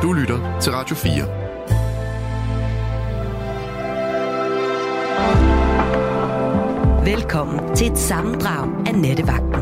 Du lytter til Radio 4. Velkommen til et sammendrag af Nattevagten.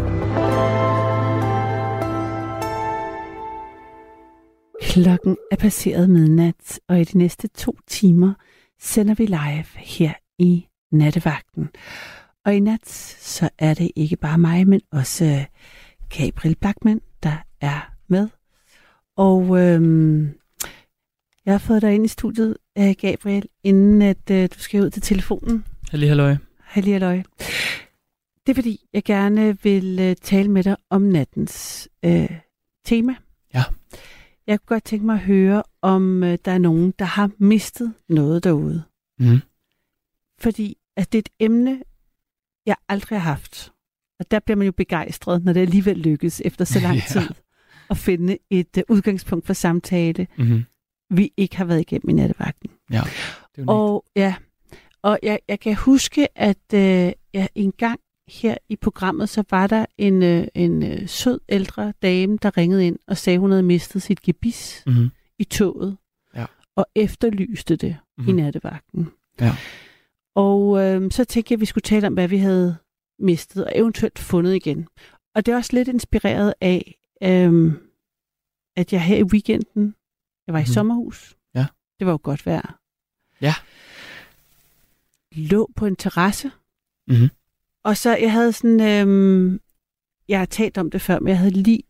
Klokken er passeret midnat, og i de næste 2 timer sender vi live her i Nattevagten. Og i nat, så er det ikke bare mig, men også Gabriel Bachmann, der er med. Og jeg har fået dig ind i studiet, Gabriel, inden at du skal ud til telefonen. Halløj. Halløj. Det er fordi, jeg gerne vil tale med dig om nattens tema. Ja. Jeg kunne godt tænke mig at høre, om der er nogen, der har mistet noget derude. Mm. Fordi at det er et emne, jeg aldrig har haft. Og der bliver man jo begejstret, når det alligevel lykkes efter så lang tid at finde et udgangspunkt for samtale, vi ikke har været igennem i Nattevagten. Ja, det er og jeg kan huske, at jeg en gang her i programmet, så var der en sød ældre dame, der ringede ind og sagde, hun havde mistet sit gebis i toget, og efterlyste det i Nattevagten. Ja. Og så tænkte jeg, at vi skulle tale om, hvad vi havde mistet og eventuelt fundet igen. Og det er også lidt inspireret af, at jeg her i weekenden, jeg var i sommerhus. Ja. Det var jo godt vejr. Ja. Lå på en terrasse. Og så jeg havde sådan, jeg har talt om det før, men jeg havde lige,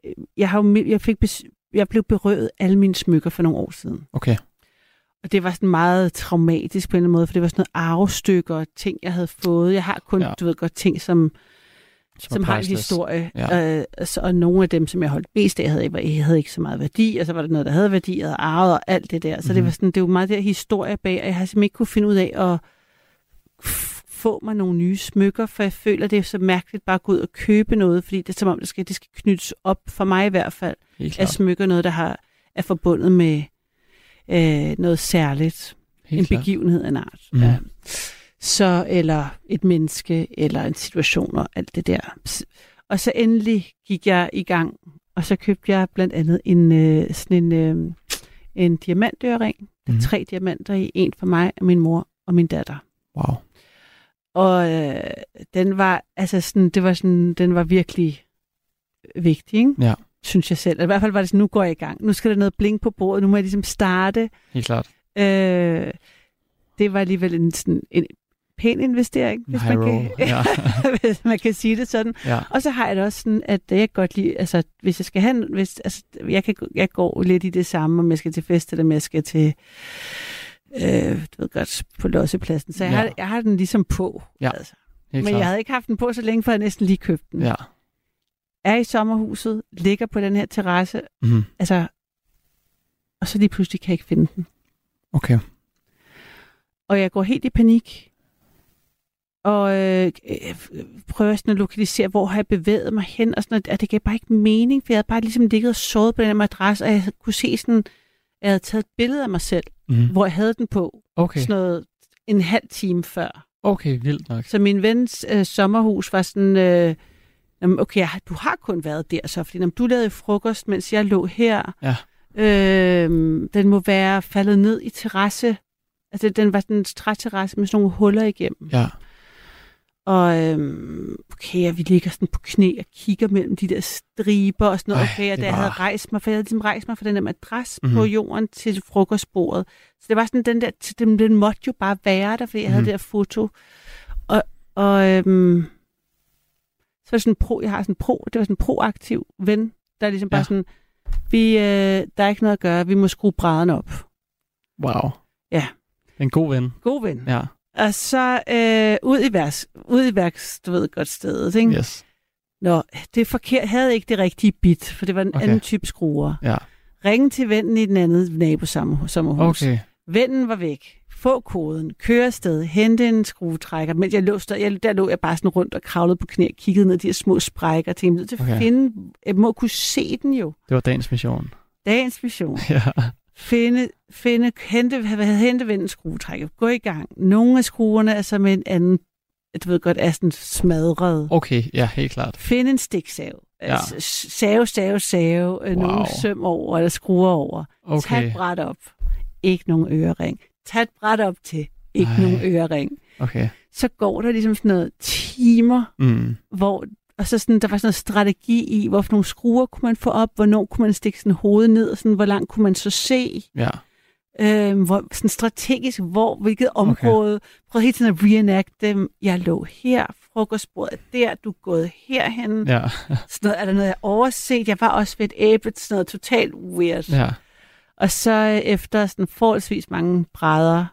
jeg blev berøvet alle mine smykker for nogle år siden. Okay. Og det var sådan meget traumatisk på en eller anden måde, for det var sådan noget arvestykker og ting, jeg havde fået. Jeg har kun, du ved godt, ting, som har en historie. Ja. Og nogle af dem, som jeg holdt mest af, havde ikke så meget værdi, og så var der noget, der havde værdi, og arvet og alt det der. Så det var sådan, det var meget der historie bag, og jeg har simpelthen ikke kunne finde ud af at få mig nogle nye smykker, for jeg føler, det er så mærkeligt bare at gå ud og købe noget, fordi det er som om, det skal knyttes op, for mig i hvert fald, at smykker noget, der er forbundet med noget særligt. En begivenhed af en art. Ja. Så, eller et menneske, eller en situation, og alt det der. Og så endelig gik jeg i gang, og så købte jeg blandt andet en diamantørering. Der er 3 diamanter i, en for mig, og min mor og min datter. Wow. Og den var, den var virkelig vigtig, ikke? Ja. Synes jeg selv. I hvert fald var det sådan, nu går jeg i gang. Nu skal der noget blink på bordet, nu må jeg ligesom starte. Helt klart. Det var alligevel en pæn investering, hvis man kan sige det sådan. Ja. Og så har jeg det også sådan, at jeg godt lide, altså hvis jeg skal have, jeg går lidt i det samme, om jeg skal til fest, eller om jeg skal til, du ved godt, på lossepladsen. Så jeg har den ligesom på. Ja. Altså. Men jeg havde ikke haft den på så længe, for jeg næsten lige købte den. Ja. Er i sommerhuset, ligger på den her terrasse, altså, og så lige pludselig kan jeg ikke finde den. Okay. Og jeg går helt i panik, og prøver sådan at lokalisere, hvor har jeg bevæget mig hen, og sådan noget, og det gav bare ikke mening, for jeg havde bare ligesom ligget og sovet på den her madras, og jeg kunne se sådan, jeg havde taget et billede af mig selv, hvor jeg havde den på, sådan noget en halv time før. Okay, vildt nok. Så min vens sommerhus var sådan, okay, du har kun været der så, fordi du lavede frokost, mens jeg lå her. Ja. Den må være faldet ned i terrasse. Altså, den var sådan en træterrasse med sådan nogle huller igennem. Ja. Og okay, vi ligger sådan på knæ og kigger mellem de der striber og sådan noget. Okay, og da jeg havde rejst mig, for jeg havde ligesom rejst mig fra den der madras på jorden til frokostbordet. Så det var sådan, den måtte jo bare være der, fordi jeg havde det der foto. Og så var det sådan det var sådan en proaktiv ven, der ligesom bare sådan, der er ikke noget at gøre, vi må skrue brædderen op. Wow. Ja. En god ven. God ven. Ja. Og så ud i værks, du ved godt stedet, ikke? Yes. Nå, det er forkert, havde ikke det rigtige bit, for det var en anden type skruer. Ja. Ringe til vennen i den anden nabosommerhus. Okay. Vennen var væk. Få koden, køre afsted, hente en skruetrækker. Mens der lå jeg bare sådan rundt og kravlede på knæ og kiggede ned de her små sprækker til at finde. Jeg må kunne se den jo. Det var dagens mission. Dagens mission. Ja. Hente vendens skruetrækker. Gå i gang. Nogle af skruerne er så med en anden, du ved godt, er sådan smadret. Okay, ja, helt klart. Finde en stiksav. save, nogle søm over, eller skruer over. Okay. Tag et bræt op. Ikke nogen ørering. Tag et bræt op til. Ikke nogen ørering. Okay. Så går der ligesom sådan noget timer, hvor... Og så sådan, der var sådan noget strategi i, hvorfor nogle skruer kunne man få op, hvornår kunne man stikke sådan hovedet ned, og sådan, hvor langt kunne man så se. Ja. Sådan strategisk, hvilket område. Prøv hele tiden at reenacte dem. Jeg lå her, frokostbordet der, du er gået herhen. Ja. Sådan noget, er der noget, jeg overset? Jeg var også ved et æble, sådan noget totalt weird. Ja. Og så efter sådan forholdsvis mange brædder,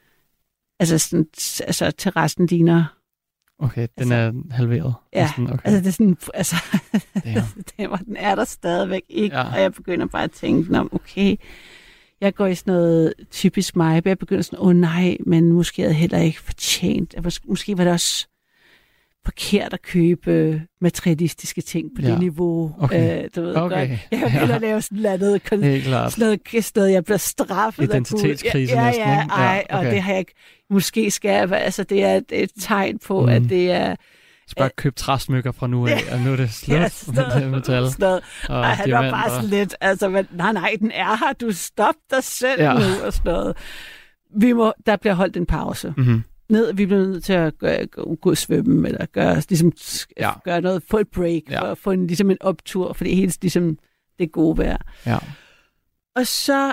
altså terrassen ligner. Okay, den er halveret. Ja, okay. Altså det er sådan, den er der stadigvæk ikke, og jeg begynder bare at tænke, okay, jeg går i sådan noget typisk mig, jeg begynder sådan, nej, men måske havde jeg heller ikke fortjent, måske var det også forkert at købe materialistiske ting på det niveau. Okay. Du ved godt. Jeg kan hellere lave sådan noget sted, jeg bliver straffet. Identitetskrise næsten, ikke? Okay. Og det har jeg ikke. Måske skal jeg, altså det er et tegn på, at det er... Så bare købe træsmykker fra nu af, og nu er det slut med det metal. Og han var bare sådan lidt, altså, men, nej, den er her, du stop dig selv nu, og sådan noget. Der bliver holdt en pause. Mm-hmm. Vi bliver nødt til at gå og svømme, eller gøre noget, få et break, for at få ligesom en optur, for det er helt ligesom det gode vejr. Ja. Og så,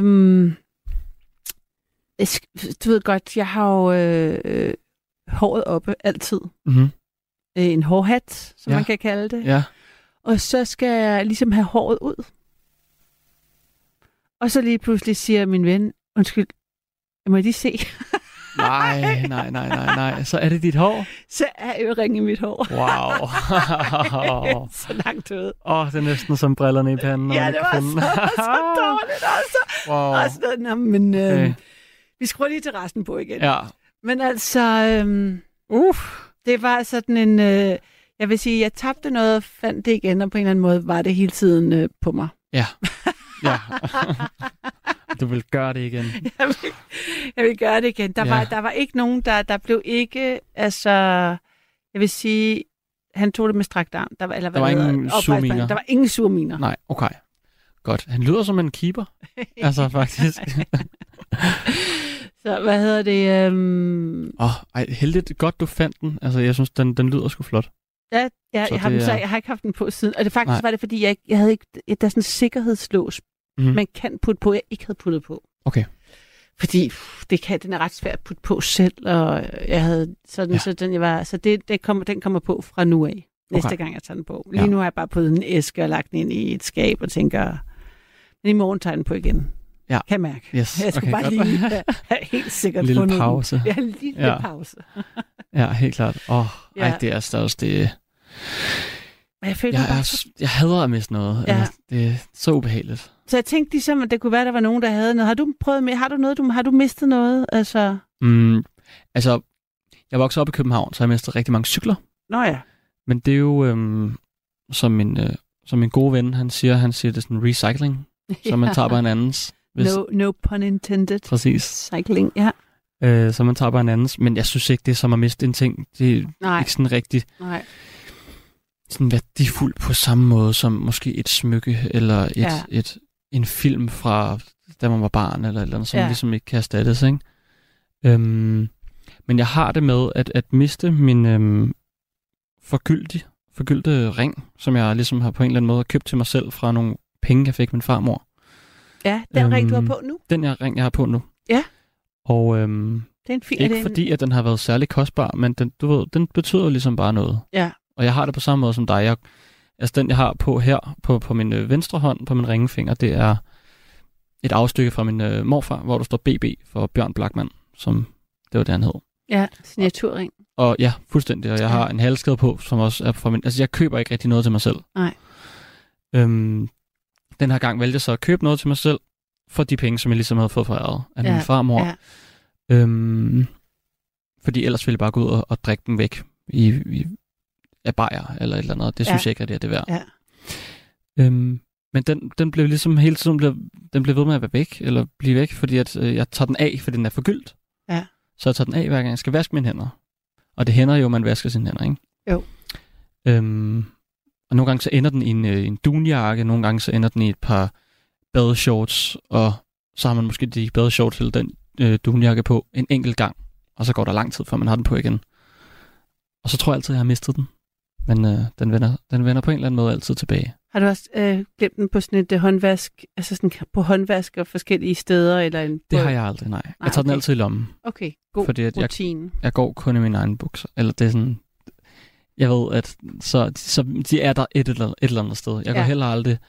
du ved godt, jeg har jo håret oppe altid. Mm-hmm. En hårhat, som man kan kalde det. Ja. Og så skal jeg ligesom have håret ud. Og så lige pludselig siger min ven, undskyld, må jeg lige se? Nej. Så er det dit hår? Så er øreringen i mit hår. Wow. Så langt ud. Det er næsten som brillerne i panden. Ja, det var så dårligt altså. Wow. Og sådan, men vi skruer lige terrassen på igen. Ja. Men altså, det var sådan en, jeg vil sige, jeg tabte noget og fandt det igen, og på en eller anden måde var det hele tiden på mig. Ja. Du vil gøre det igen. Jeg vil gøre det igen. Der var ikke nogen, der blev ikke, altså, jeg vil sige, han tog det med strakt arm. Der var ingen surminer. Der var ingen surminer. Nej, okay. Godt. Han lyder som en keeper. Altså, faktisk. Så, hvad hedder det? Heldigt godt, du fandt den. Altså, jeg synes, den lyder sgu flot. Ja, jeg har ikke haft den på siden. Og det faktisk var det, fordi jeg havde ikke, der er sådan en sikkerhedslås, man kan putte på, jeg ikke havde puttet på. Okay. Fordi den er ret svært at putte på selv, og jeg havde sådan, så den kommer på fra nu af. Næste gang jeg tager den på. Lige nu har jeg bare puttet en æske og lagt den ind i et skab og tænker, men i morgen tager den på igen. Ja. Kan jeg mærke. Yes. Jeg skal bare lige have helt sikkert en lille pause. Ja, en lille pause. Ja, helt klart. Det er stadig det. Jeg hader at miste noget. Ja. Det er så ubehageligt. Så jeg tænkte ligesom, at det kunne være, at der var nogen, der havde noget. Har du prøvet med? Har du mistet noget? Altså, jeg voksede op i København, så jeg mistet rigtig mange cykler. Nå ja. Men det er jo, som min gode ven, han siger det er sådan recycling, så man tager bare en andens. No pun intended. Præcis. Cycling, ja. Så man tager bare en andens, men jeg synes ikke, det er som at miste en ting. Det er ikke sådan rigtig sådan værdifuldt på samme måde som måske et smykke, eller en film fra da man var barn, eller andet, som ligesom ikke kan erstattes, ikke? Men jeg har det med at miste min forgyldte ring, som jeg ligesom har på en eller anden måde købt til mig selv fra nogle penge, jeg fik min farmor. Ja, den ring, du har på nu? Den ring, jeg har på nu. Ja. Og det er en ikke fordi, at den har været særlig kostbar, men den betyder ligesom bare noget. Ja. Og jeg har det på samme måde som dig. Den, jeg har på her, på min venstre hånd, på min ringefinger, det er et afstykke fra min morfar, hvor der står BB for Bjørn Blachmann, som det var det, han hed. Ja, signaturring. Og ja, fuldstændig. Og jeg har en halskæde på, som også er fra min... Altså, jeg køber ikke rigtig noget til mig selv. Nej. Den her gang valgte jeg så at købe noget til mig selv, for de penge, som jeg ligesom havde fået foræret af min farmor. Ja. Fordi ellers ville jeg bare gå ud og drikke dem væk af bajer eller et eller andet. Det synes jeg ikke, at det er det værd. Ja. Men den blev ligesom hele tiden den blev ved med at være væk, eller blive væk, fordi at jeg tager den af, fordi den er forgyldt. Ja. Så jeg tager den af, hver gang jeg skal vaske mine hænder. Og det hænder jo, man vasker sine hænder, ikke? Jo. Og nogle gange så ender den i en dunjakke, nogle gange så ender den i et par badeshorts, og så har man måske de badeshorts eller den dunjakke på en enkelt gang, og så går der lang tid, før man har den på igen. Og så tror jeg altid, jeg har mistet den. Men den vender på en eller anden måde altid tilbage. Har du også glemt den på sådan et håndvask, altså sådan på håndvask og forskellige steder? Eller det har jeg aldrig, nej. Jeg tager den altid i lommen. Okay, god fordi rutine. Jeg går kun i mine egne bukser. Eller det er sådan, jeg ved, at så de er der et eller andet sted. Jeg går heller aldrig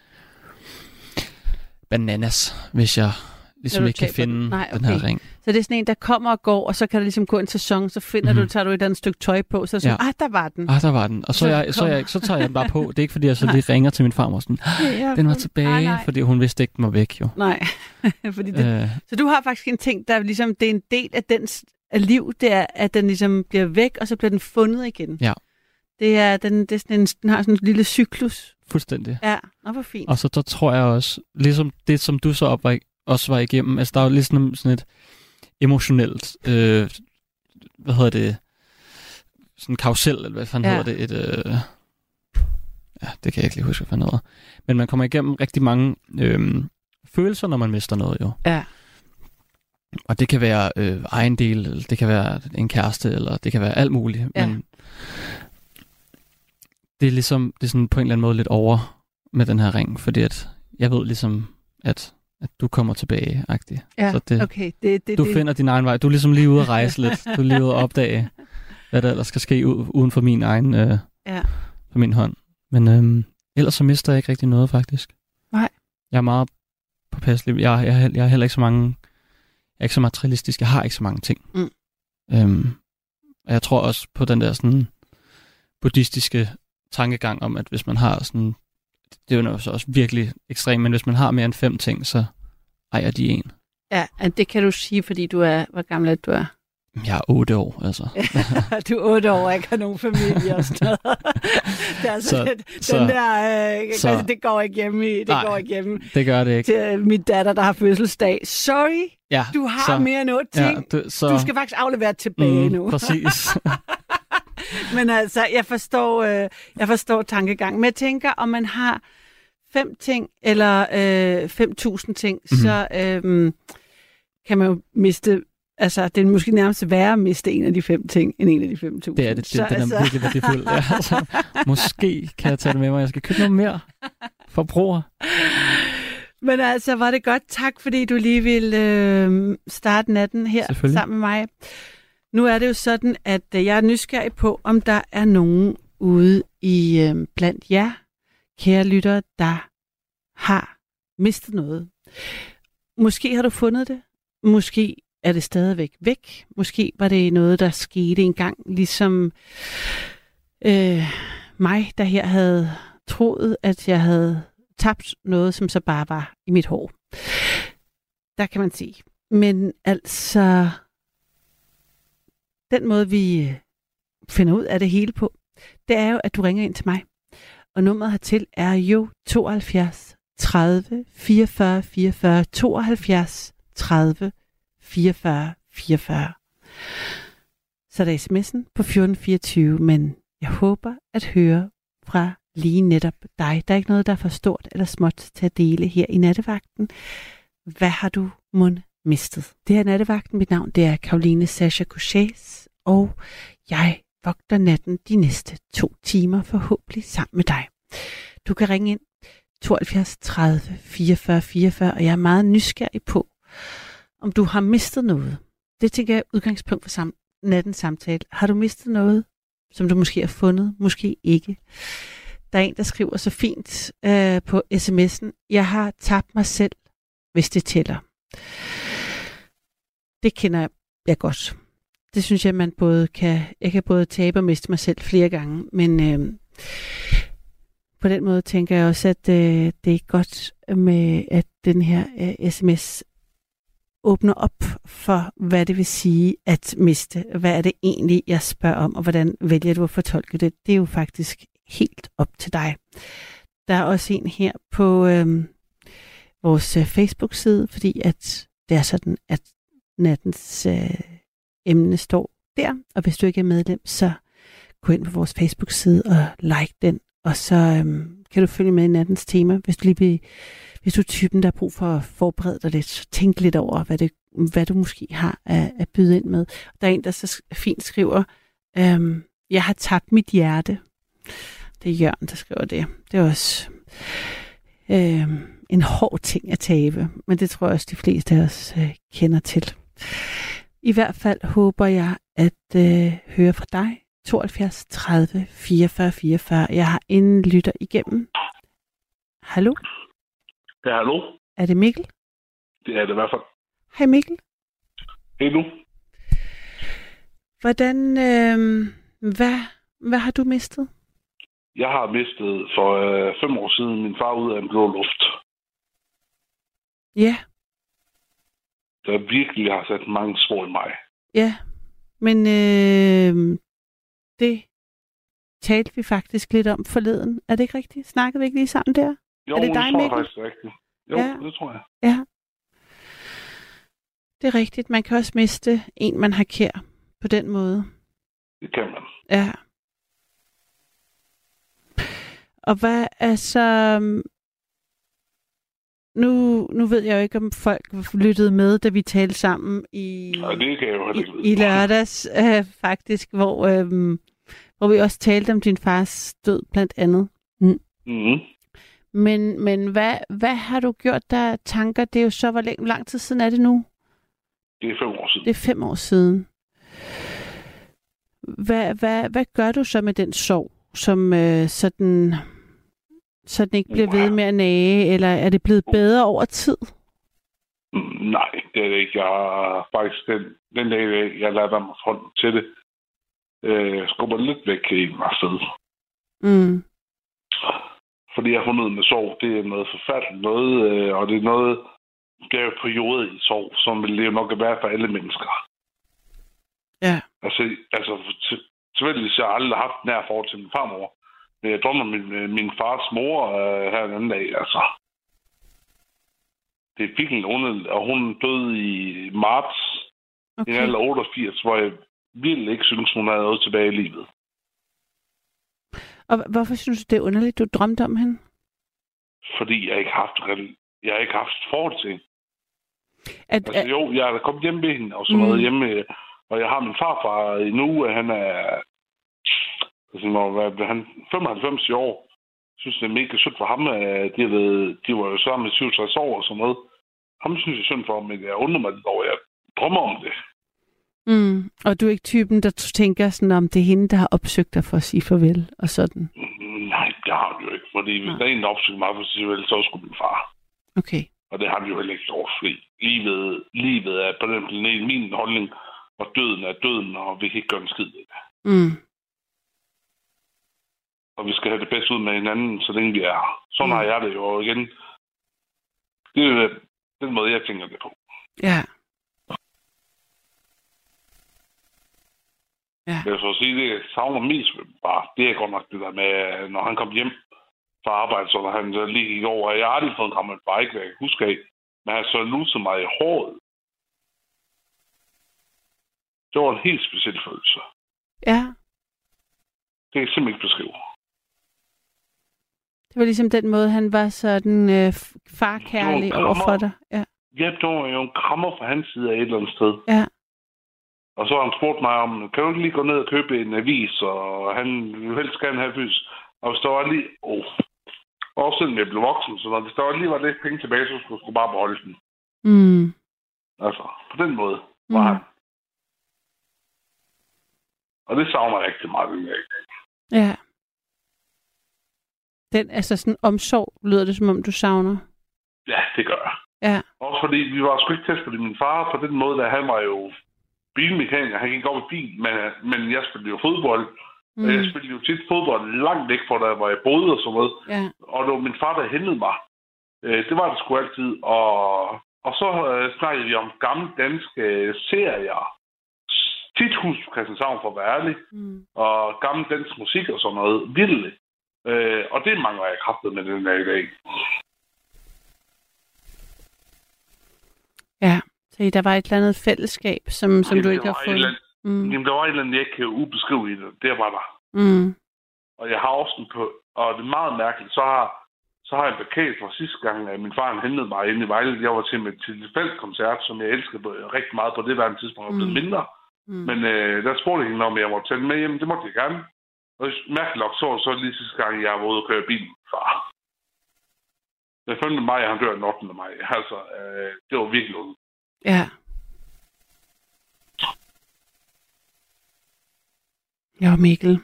bananas, hvis jeg ligesom ikke kan finde den her ring. Så det er sådan en, der kommer og går, og så kan der ligesom gå en sæson, så tager du et andet stykke tøj på, så er det sådan, der var den. Der var den. Og så tager jeg den bare på. Det er ikke, fordi jeg så lige ringer til min farmor sådan, den var tilbage, fordi hun vidste ikke, den var væk jo. Nej, fordi så du har faktisk en ting, der ligesom, det er en del af dens liv, det er, at den ligesom bliver væk, og så bliver den fundet igen. Ja. Den har sådan en lille cyklus. Fuldstændig. Ja, hvor fint. Og så der tror jeg også, ligesom det, som du så også var igennem, altså der er jo ligesom sådan et emotionelt, sådan en karusel, eller hvad fanden hedder det, det kan jeg ikke lige huske, hvad fanden hedder. Men man kommer igennem rigtig mange følelser, når man mister noget jo. Ja. Og det kan være ejendel, eller det kan være en kæreste, eller det kan være alt muligt, men det er ligesom, det er sådan på en eller anden måde lidt over med den her ring, fordi at jeg ved ligesom, at du kommer tilbage-agtigt. Ja, så det, okay. Du finder din egen vej. Du er ligesom lige ude at rejse lidt. Du er lige ude at opdage, hvad der ellers skal ske uden for min egen for min hånd. Men ellers så mister jeg ikke rigtig noget, faktisk. Nej. Jeg er meget påpasselig. Jeg er heller ikke så mange... Jeg er ikke så materialistisk. Jeg har ikke så mange ting. Og jeg tror også på den der sådan buddhistiske tankegang om, at hvis man har sådan... Det er jo så også virkelig ekstremt, men hvis man har mere end 5 ting, så ejer de en. Ja, det kan du sige, fordi du er... Hvor gammel er du? Jeg er 8 år, altså. Du er 8 år og ikke har nogen familie og sådan noget. Det er altså det går ikke hjemme i. Det går ikke hjemme. Det gør det ikke. Til min datter, der har fødselsdag. Sorry, du har mere end 8 ting. Du skal faktisk aflevere tilbage nu. Præcis. Men altså, jeg forstår tankegangen. Men jeg tænker, om man har 5 ting eller 5.000 ting, så kan man jo miste... Altså, det er måske nærmest værre at miste en af de 5 ting, end en af de 5.000. Det er det. Den er virkelig værdifuld. Ja, altså, måske kan jeg tage det med mig. Jeg skal købe noget mere forbruger. Men altså, var det godt. Tak, fordi du lige ville starte natten her sammen med mig. Nu er det jo sådan, at jeg er nysgerrig på, om der er nogen ude i blandt jer, kære lyttere, der har mistet noget. Måske har du fundet det. Måske er det stadigvæk væk. Måske var det noget, der skete engang, ligesom mig, der her havde troet, at jeg havde tabt noget, som så bare var i mit hår. Der kan man sige. Men altså, den måde, vi finder ud af det hele på, det er jo, at du ringer ind til mig. Og nummeret hertil er jo 72 30 44 44 72 30 44 44. Så er der sms'en på 1424, men jeg håber at høre fra lige netop dig. Der er ikke noget, der er for stort eller småt til at dele her i nattevagten. Hvad har du mistet? Det er nattevagten. Mit navn det er Caroline Sascha Couchés, og jeg vogter natten de næste 2 timer forhåbentlig sammen med dig. Du kan ringe ind 72 30 44 44, og jeg er meget nysgerrig på, om du har mistet noget. Det tænker jeg er udgangspunkt for nattens samtale. Har du mistet noget, som du måske har fundet, måske ikke? Der er en, der skriver så fint på sms'en, jeg har tabt mig selv, hvis det tæller. Det kender jeg godt. Det synes jeg, jeg kan både tabe og miste mig selv flere gange, men på den måde tænker jeg også, at det er godt med, at den her sms åbner op for, hvad det vil sige at miste. Hvad er det egentlig, jeg spørger om, og hvordan vælger du at fortolke det? Det er jo faktisk helt op til dig. Der er også en her på vores Facebook-side, fordi at det er sådan, at nattens emne står der, og hvis du ikke er medlem, så gå ind på vores Facebook-side og like den, Og så kan du følge med i nattens tema, hvis du er typen, der har brug for at forberede dig lidt, så tænk lidt over, hvad du måske har at byde ind med. Der er en, der så fint skriver, jeg har tabt mit hjerte. Det er Jørgen, der skriver det. Det er også en hård ting at tabe, men det tror jeg også, de fleste af os kender til. I hvert fald håber jeg at høre fra dig. 72 30 44 44. Jeg har en lytter igennem. Hallo? Ja, hallo? Er det Mikkel? Det er det i hvert fald. Hej Mikkel. Hej nu. Hvordan, hvad har du mistet? Jeg har mistet for 5 år siden min far ud af en blå luft. Ja. Der virkelig har sat mange spor i mig. Ja, men det talte vi faktisk lidt om forleden. Er det ikke rigtigt? Snakkede vi ikke lige sammen der? Jo, er det dig, tror jeg faktisk rigtigt. Jo, ja. Det tror jeg. Ja. Det er rigtigt. Man kan også miste en, man har kær på den måde. Det kan man. Ja. Og hvad altså... Nu ved jeg jo ikke, om folk lyttede med, da vi talte sammen Nej, det kan jeg jo ikke i lørdags, faktisk, hvor vi også talte om din fars død, blandt andet. Mm-hmm. Men hvad har du gjort der tanker? Det er jo så, hvor lang tid siden er det nu? Det er 5 år siden. Det er 5 år siden. Hvad gør du så med den sorg, som så den ikke bliver ved med at nage, eller er det blevet bedre over tid? Nej, det er det ikke. Jeg har faktisk den dag, jeg lader mig front til det, skubber lidt væk i mig sted. Mm. Fordi jeg har fundet med sorg, det er noget forfærdeligt noget, og det er noget, der er perioder i sorg, som vil det nok være for alle mennesker. Ja. Altså tilfældigvis, jeg har aldrig haft nær forhold til min farmor. Men jeg drømmer min fars mor her den anden dag, altså. Det er virkelig underligt, og hun døde i marts i en alder 88, hvor jeg virkelig ikke synes, hun havde noget tilbage i livet. Og hvorfor synes du, det er underligt, du drømte om hende? Fordi jeg ikke har haft forhold til hende. Jo, jeg er kommet hjem ved hende og sådan noget hjemme, og jeg har min farfar endnu, han er... han 95 år. Jeg synes, det er mega synd for ham. De var jo sammen med 67 år og sådan noget. Ham synes jeg synd for, men jeg undrer mig lidt over, jeg drømmer om det. Og du er ikke typen, der tænker sådan, om det er hende, der har opsøgt dig for at sige farvel og sådan? Nej, det har han jo ikke. Fordi hvis der er en, der opsøgte mig for at sige farvel, så skulle min far. Okay. Og det har han jo heller ikke gjort, fordi livet er på den planet min holdning, og døden er døden, og vi kan ikke gøre en skid ved det. Og vi skal have det bedste ud med hinanden, så længe vi er her. Sådan har jeg det jo igen. Det er jo den måde, jeg tænker det på. Ja. Jeg vil så sige, det jeg savner mest bare, det er godt nok det der med, når han kom hjem fra arbejde, så han så lige gik over. Jeg har aldrig fået en gammel bike, hvad jeg kan huske af. Men han så lusede mig i håret. Det var en helt speciel følelse. Ja. Det kan jeg simpelthen ikke beskrive. Det var ligesom den måde, han var sådan farkærlig overfor dig. Ja. Ja, det var jo en krammer fra hans side af et eller andet sted. Ja. Og så har han spurgt mig om, kan du ikke lige gå ned og købe en avis, og han vil helst gerne have fys. Og hvis der var lige... også selvom jeg blev voksen, så hvis der var lige var lidt penge tilbage, så skulle jeg bare beholde den. Altså, på den måde var han. Og det savner jeg rigtig meget. Ja. Den, altså sådan omsorg, lyder det som om, du savner? Ja, det gør jeg. Ja. Også fordi vi var sgu ikke tæt, fordi min far på den måde, der han var jo bilmekaniker. Han gik op i bil, men jeg spillede jo fodbold. Og jeg spillede jo tit fodbold langt væk fra der, hvor jeg boede og sådan noget. Ja. Og det var min far, der hentede mig. Det var det sgu altid. Og så snakkede vi om gamle danske serier. Tit hus på Christianshavn, for at være ærlig. Og gammel dansk musik og sådan noget. Vildt. Og det mangler jeg kraftet med den der i dag. Ja, så der var et eller andet fællesskab, som du ikke har fundet. Jamen, der var et eller andet, jeg ikke kan ubeskrive i det. Det var der. Og jeg har også den på, og det er meget mærkeligt, så har jeg en plakat fra sidste gang, at min far hentede mig inde i Vejle. Jeg var til en tilfældeskoncert, som jeg elskede rigtig meget på det værende tidspunkt, og blevet mindre. Men der spurgte jeg hende, om jeg måtte tage den med hjem. Det måtte jeg gerne. Og mærkeligt nok, så lige sidste gang, jeg var ude og køre bilen, far. Det er 5. maj, han dør den 8. maj. Altså, det var virkelig noget. Ja. Ja, Mikkel.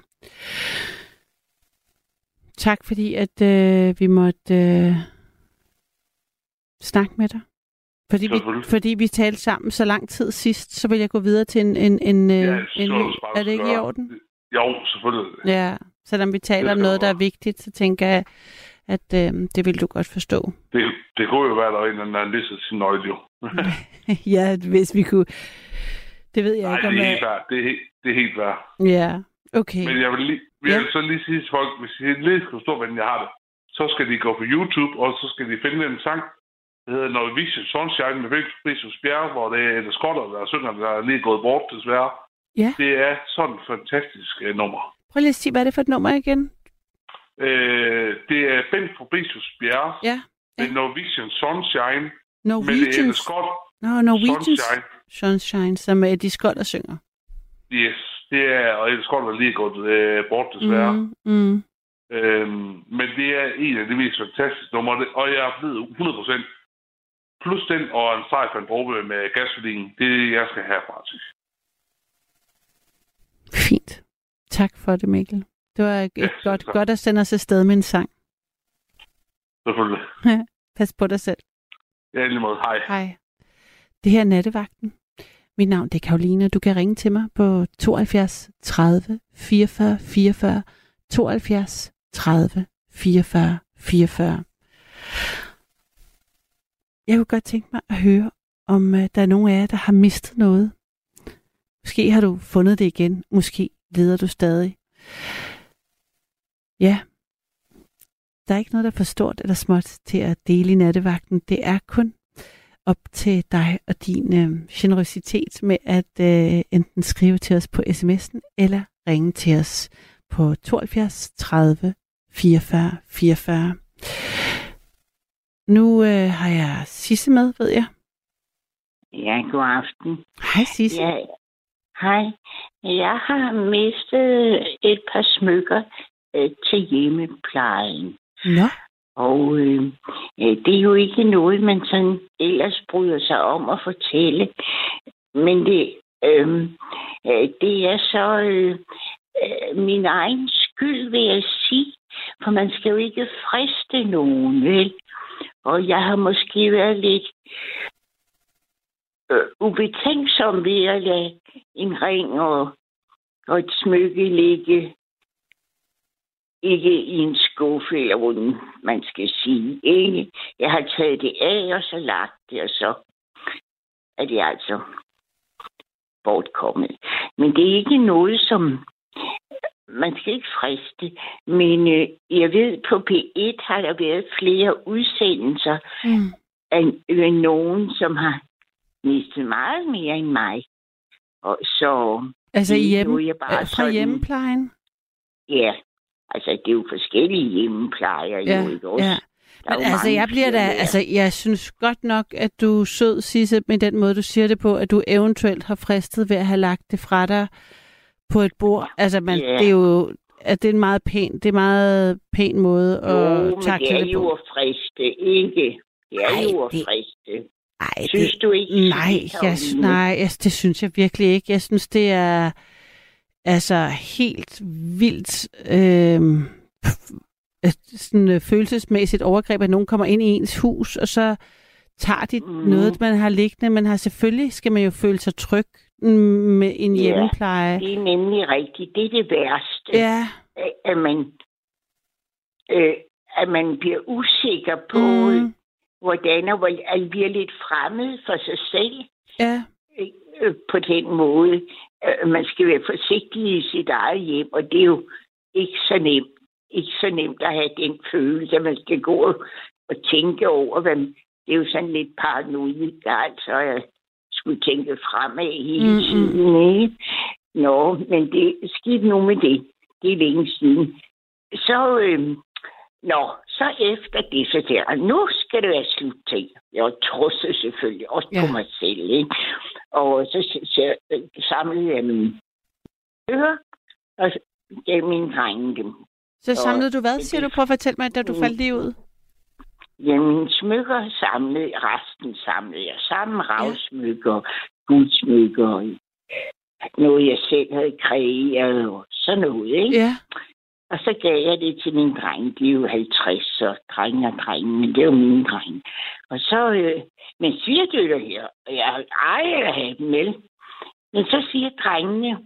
Tak fordi, at vi måtte snakke med dig. Fordi vi talte sammen så lang tid sidst, så vil jeg gå videre til en er det ikke i orden? Jo, selvfølgelig. Ja, selvom vi taler om noget, der er vigtigt, så tænker jeg, at det vil du godt forstå. Det kunne jo være, der er en eller anden, der listet sin nøgle, jo. Ja, hvis vi kunne. Det ved jeg ikke, om det er helt værd. Det er helt værd. Ja, okay. Men jeg vil så lige sige til folk, hvis I lige skal forstå, hvordan jeg har det, så skal de gå på YouTube, og så skal de finde en sang, der hedder Norwegian Sunshine med Friis Bjerg, hvor det er skotter, der synger, der er lige gået bort, desværre. Ja. Det er sådan et fantastisk nummer. Prøv lige at sige, hvad er det for et nummer igen? Det er Bent Fabricius Bjerg. Ja. Med Norwegian Sunshine. Norwegian Sunshine, som Eddie Skoller synger. Yes, det er, og Eddie Skoller er lige gået bort, desværre. Men det er en af de mest fantastiske numre, og jeg er blevet 100%. Plus den og en sejr for en dråbe med gasolin. Det jeg skal herfra til. Fint. Tak for det, Mikkel. Det var godt at sende os afsted med en sang. Selvfølgelig. Pas på dig selv. Ja, lige måde. Hej. Hej. Det her er Nattevagten. Mit navn det er Karoline. Du kan ringe til mig på 72 30 44 44. 72 30 44 44. Jeg kunne godt tænke mig at høre, om der er nogen af jer, der har mistet noget. Måske har du fundet det igen. Måske leder du stadig. Ja. Der er ikke noget, der er for stort eller småt til at dele i nattevagten. Det er kun op til dig og din generøsitet med at enten skrive til os på sms'en eller ringe til os på 72 30 44 44. Nu har jeg Sisse med, ved jeg. Ja, god aften. Hej Sisse. Ja, hej. Jeg har mistet et par smykker til hjemmeplejen. Nå. Og det er jo ikke noget, man sådan ellers bryder sig om at fortælle. Men det er så min egen skyld, vil jeg sige. For man skal jo ikke friste nogen, vel? Og jeg har måske været lidt ubetænksom ved at lade en ring og et smykke ligge ikke i en skuffe, eller hvordan man skal sige. Ikke. Jeg har taget det af, og så lagt det, og så er det altså bortkommet. Men det er ikke noget, som man skal ikke friste. Men jeg ved, på P1 har der været flere udsendelser af nogen, som har mistet meget mere end mig. Og så altså fra hjemmeplejen? Ja. Altså, det er jo forskellige hjemmeplejer. Ja, jo, ikke også? Ja. Men altså, jeg bliver da... Altså, jeg synes godt nok, at du er sød, Sisse, med den måde, du siger det på, at du eventuelt har fristet ved at have lagt det fra dig på et bord. Altså, det er jo... At det er en meget pæn måde at takke det på. Det er jo at friste, ikke? Det er jo at friste. Synes du ikke? Nej, det synes jeg virkelig ikke. Jeg synes, det er... Altså helt vildt sådan følelsesmæssigt overgreb, at nogen kommer ind i ens hus, og så tager de noget, man har liggende. Men selvfølgelig skal man jo føle sig tryg med en hjemmepleje. Det er nemlig rigtigt. Det er det værste. Ja. At man bliver usikker på, hvordan og hvor bliver lidt fremmed for sig selv. Ja. På den måde. Man skal være forsigtig i sit eget hjem, og det er jo ikke så nemt. Ikke så nemt at have den følelse, at man skal gå og tænke over, hvad det er jo sådan lidt paranoid, altså jeg skulle tænke fremad hele tiden. Ikke? Nå, men det er skidt nu med det. Det er længe siden. så efter det, så der, nu skal det være slut til. Jeg trusset selvfølgelig, også på mig selv, ikke? Og så samlede jeg mine ører, og gav mine drenge dem. Så samlede du hvad, siger du? Prøv at fortælle mig, da du faldt lige ud. Jamen, smykker samlede, resten samlede jeg sammen. Ravsmykker, guldsmykker, noget jeg selv havde kreeret, og sådan noget, ikke? Ja. Og så gav jeg det til mine drenge. De er jo 50, så drenge og drenge, men det er jo mine drenge. Og så, men svigerdøtre her, og jeg ejer at have dem med. Men så siger drengene,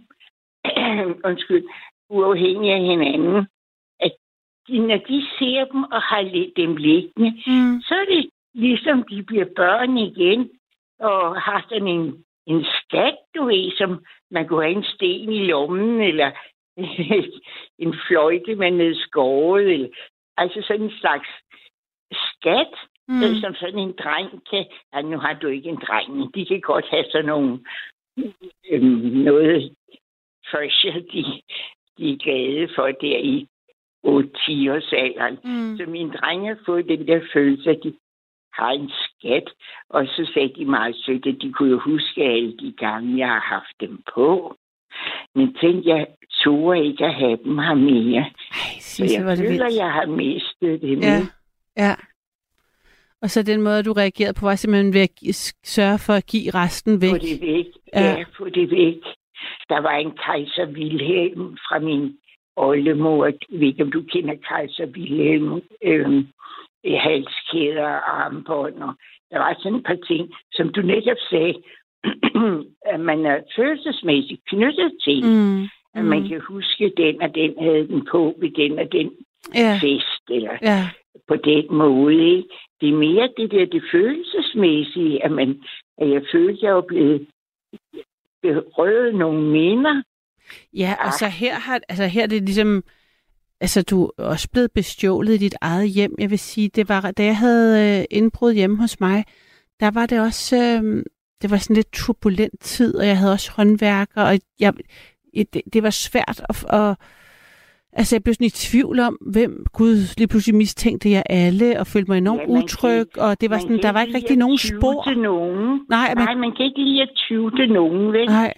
uafhængig af hinanden, at når de ser dem og har dem liggende, så er det ligesom, de bliver børn igen, og har sådan en skat, du ved, som man kunne have en sten i lommen, eller en fløjte, man nedskåret, eller altså sådan en slags skat, som sådan en dreng kan. Ja, nu har du ikke en dreng, de kan godt have sådan nogle noget treasure, de er glade for der i 8-10 års alderen. Så mine drenge har fået den der følelse, at de har en skat, og så sagde de meget sødt, at de kunne jo huske alle de gange, jeg har haft dem på. Men tænkte jeg, turde ikke at have dem her mere. Så jeg føler, jeg har mistet dem. Ja. Og så den måde, du reagerede på, var simpelthen ved at sørge for at give resten væk. Få det væk. Ja, få det væk. Der var en kejser Wilhelm fra min oldemor. Jeg ved ikke, om du kender kejser Wilhelm. Halskæder og armbånd. Der var sådan et par ting, som du netop sagde, at man er følelsesmæssigt knyttet til. At man kan huske, den og den havde den på ved den og den fest. Eller på den måde. Ikke? Det er mere det følelsesmæssige, at jeg følte, at jeg var blevet berøvet nogle minder. Ja, og så her er det ligesom, altså du er også blevet bestjålet i dit eget hjem. Jeg vil sige, det var, da jeg havde indbrud hjemme hos mig, der var det også, det var sådan lidt turbulent tid, og jeg havde også håndværker, og det var svært at altså jeg blev sådan i tvivl om, hvem Gud lige pludselig mistænkte jeg alle, og følte mig enormt utryg, og det var sådan, der var ikke rigtig nogen spor. Nogen. Nej, man kan ikke lide at tvivle nogen, vel? Nej.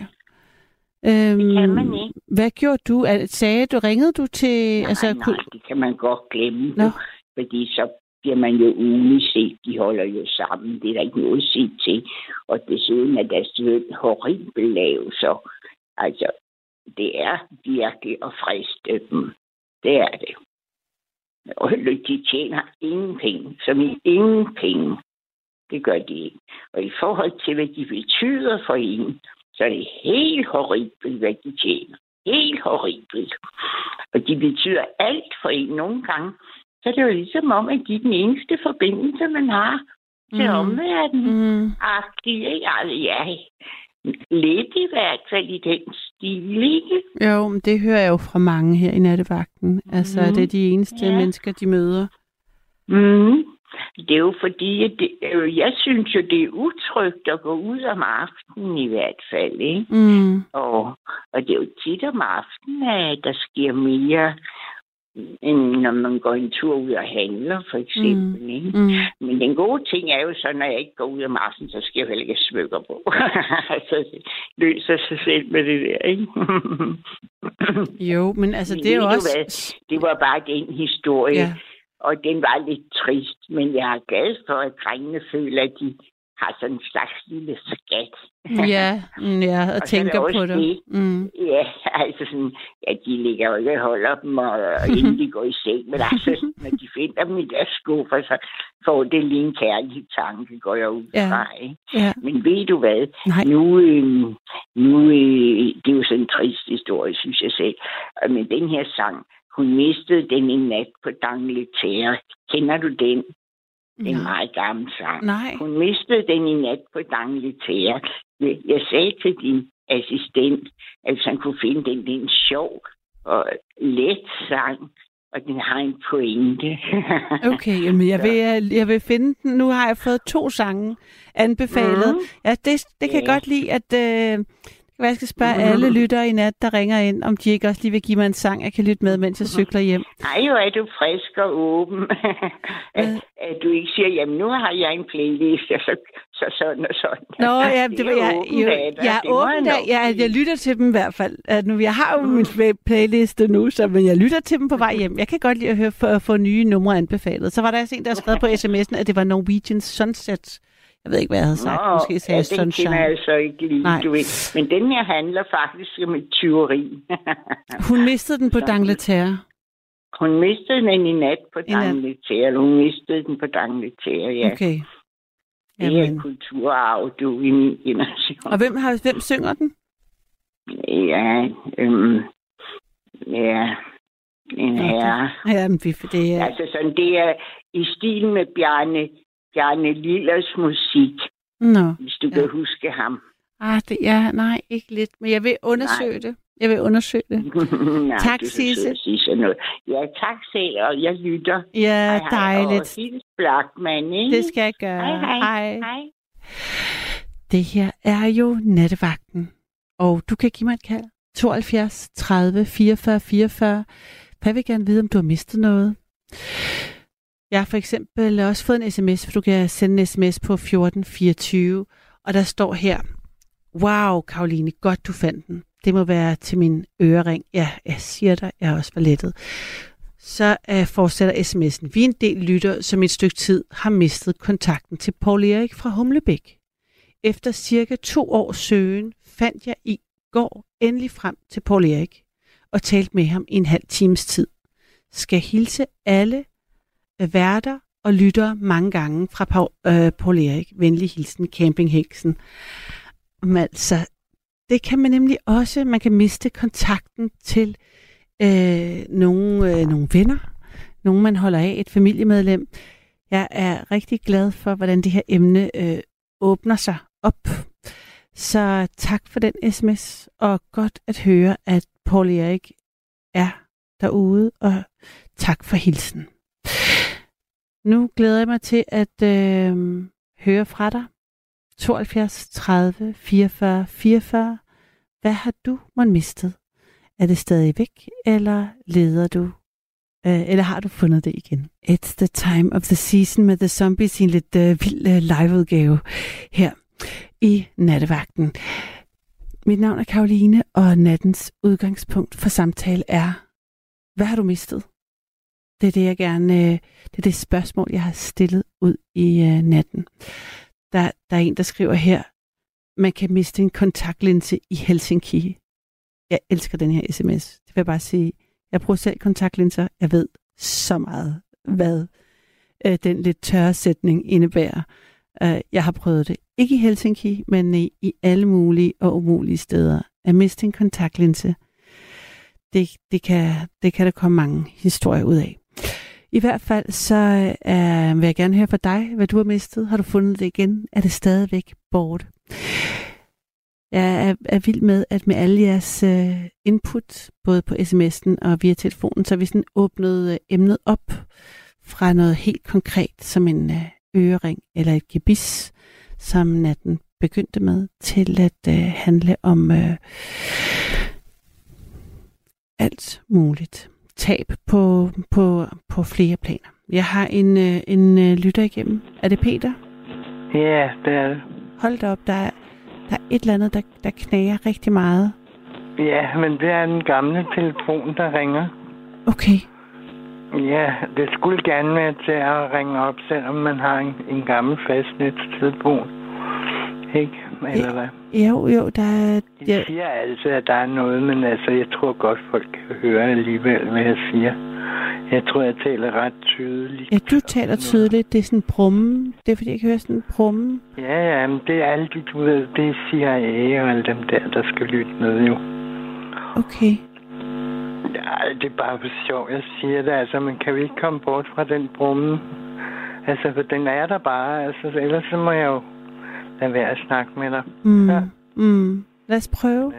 Det kan man ikke. Hvad gjorde du? Ringede du til... Nej, det kan man godt glemme. Fordi så bliver man jo uanset. De holder jo sammen. Det er der ikke noget at sige til. Og desuden er der sådan horribelt lav, så altså, det er virkelig at friste dem. Det er det. Og de tjener ingen penge, som i ingen penge. Det gør de ikke. Og i forhold til, hvad de betyder for en, så er det helt horribelt, hvad de tjener. Helt horribelt. Og de betyder alt for en nogle gange. Så er det jo ligesom om, at de er den eneste forbindelse, man har til omverdenen. Lidt i hvert fald i den stil, ikke? Jo, men det hører jeg jo fra mange her i nattevagten. Altså, det er de eneste mennesker, de møder. Det er jo fordi, jeg synes jo, det er utrygt at gå ud om aftenen i hvert fald, ikke? Og det er jo tit om aftenen, at der sker mere, end når man går en tur ud og handler, for eksempel. Ikke? Men den gode ting er jo så, når jeg ikke går ud om aftenen, så skal jeg heller ikke smykker på. Så det løser sig selv med det der, ikke? Jo, men altså, det er jo også... Det var bare den historie. Ja. Og den var lidt trist, men jeg er glad for, at drengene føler, at de har sådan en slags lille skat. Og tænker på det. Ja, altså sådan, at de ligger og ikke holder dem, og inden de går i seng. Men altså, når de finder dem i deres skuffer, så får det lige en kærlig tanke, går jeg ud fra. Ja. Men ved du hvad? Nu det er jo sådan en trist historie, synes jeg selv. Men den her sang, hun mistede den en nat på D'Angleterre. Kender du den? Det er en meget gammel sang. Nej. Hun mistede den i nat på D'Angleterre. Jeg sagde til din assistent, at han kunne finde den. Det er en sjov og let sang, og den har en pointe. Okay, jamen jeg vil finde den. Nu har jeg fået 2 sange anbefalet. Ja, det kan jeg godt lide, at... være, jeg skal spørge alle lyttere i nat, der ringer ind, om de ikke også lige vil give mig en sang, jeg kan lytte med, mens jeg cykler hjem. Ej, jo er du frisk og åben. At du ikke siger, jamen nu har jeg en playlist, så sådan og sådan. Nå, ja, det var jeg er åben der. Jeg lytter til dem i hvert fald. Jeg har jo min playliste nu, men jeg lytter til dem på vej hjem. Jeg kan godt lide at høre for at få nye numre anbefalet. Så var der en, der skrev på sms'en, at det var Norwegian Sunset. Jeg ved ikke, hvad jeg havde sagt. Måske sagde jeg Sunshine. Den kender jeg altså ikke lige, du ved. Men den her handler faktisk om et tyveri. Hun mistede den på D'Angleterre. Hun mistede den i nat på D'Angleterre. Hun mistede den på D'Angleterre, ja. Okay. Det er kulturarv, du, i min generation. Og hvem synger den? Ja, en herre. Ja, men det er... Altså sådan, det er i stil med Bjarne Lillers musik. Nå. Hvis du kan huske ham. Nej, ikke lidt, men jeg vil undersøge det. Nej, tak, Sisse. Ja, tak selv, og jeg lytter. Ja, dejligt. Og hils Blachman, ikke? Det skal jeg gøre. Hej. Det her er jo Nattevagten, og du kan give mig et kald. 72 30 44 44. Jeg vil gerne vide, om du har mistet noget. Jeg har for eksempel også fået en sms, for du kan sende en sms på 1424, og der står her: wow, Karoline, godt du fandt den. Det må være til min ørering. Ja, jeg siger dig, jeg er også for lettet. Så fortsætter sms'en. Vi er en del lytter, som i et stykke tid har mistet kontakten til Poul Erik fra Humlebæk. Efter cirka 2 års søgen fandt jeg i går endelig frem til Poul Erik og talte med ham i en halv times tid. Skal hilse alle værter og lyttere mange gange fra Poul Erik. Venlig hilsen, campingheksen. Altså, det kan man nemlig også. Man kan miste kontakten til nogle venner. Nogen, man holder af, et familiemedlem. Jeg er rigtig glad for, hvordan det her emne åbner sig op. Så tak for den sms, og godt at høre, at Poul Erik er derude, og tak for hilsen. Nu glæder jeg mig til at høre fra dig. 72 30 44 44. Hvad har du mistet? Er det stadig væk, eller leder du? Eller har du fundet det igen? It's the time of the season med The Zombies i en lidt vild liveudgave her i Nattevagten. Mit navn er Karoline, og nattens udgangspunkt for samtale er: hvad har du mistet? Det er det, jeg gerne... Det er det spørgsmål, jeg har stillet ud i natten. Der er en, der skriver her: man kan miste en kontaktlinse i Helsinki. Jeg elsker den her sms. Det vil jeg bare sige. Jeg bruger selv kontaktlinser. Jeg ved så meget, hvad den lidt tørre sætning indebærer. Jeg har prøvet det. Ikke i Helsinki, men i alle mulige og umulige steder. At miste en kontaktlinse, det kan der komme mange historier ud af. I hvert fald så vil jeg gerne høre fra dig, hvad du har mistet. Har du fundet det igen? Er det stadigvæk borte? Jeg er vild med, at med alle jeres input, både på sms'en og via telefonen, så har vi sådan åbnet emnet op fra noget helt konkret, som en ørering eller et gebis, som natten begyndte med, til at handle om alt muligt. Tab på flere planer. Jeg har en lytter igennem. Er det Peter? Ja, det er det. Hold da op, der er et eller andet, der knager rigtig meget. Ja, men det er den gamle telefon, der ringer. Okay. Ja, det skulle gerne være til at ringe op, selvom man har en gammel fastnetstelefon. Ikke? Eller hvad? Jo, der er... Jeg siger altså, at der er noget, men altså, jeg tror godt, folk kan høre alligevel, hvad jeg siger. Jeg tror, jeg taler ret tydeligt. Ja, du taler tydeligt. Det er sådan en brumme. Det er, fordi jeg kan høre sådan en brumme. Ja, men det er alt det, du ved. Det er CIA og alle dem der skal lytte med, jo. Okay. Ja, det er bare for sjov, jeg siger det. Altså, man kan jo ikke komme bort fra den brumme. Altså, for den er der bare. Altså, ellers så må jeg jo lade være at snakke med dig. Ja. Lad os prøve.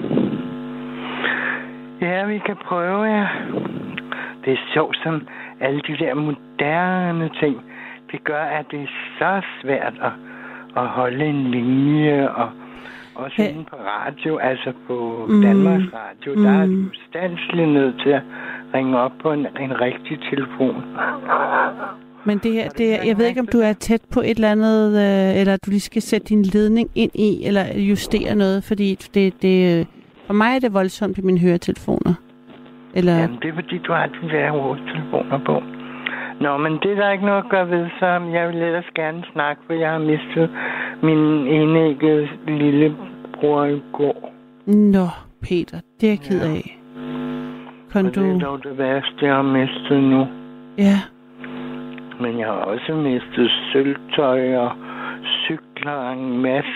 Ja, vi kan prøve, ja. Det er sjovt, som alle de der moderne ting, det gør, at det er så svært at holde en linje, og Også inde på radio, altså på Danmarks Radio, der er du standsligt nødt til at ringe op på en rigtig telefon. Men jeg ved ikke, om du er tæt på et eller andet, eller du lige skal sætte din ledning ind i, eller justere noget, fordi det for mig er det voldsomt i mine høretelefoner. Eller... Jamen, det er fordi, du har de der hovedtelefoner på. Nå, men det er der ikke noget at gøre ved, så jeg vil ellers gerne snakke, for jeg har mistet min enæggede lillebror i går. Nå, Peter, det er jeg ked af. Det er dog det værste, jeg har mistet nu. Ja. Men jeg har også mistet sølvtøj og cykler en masse.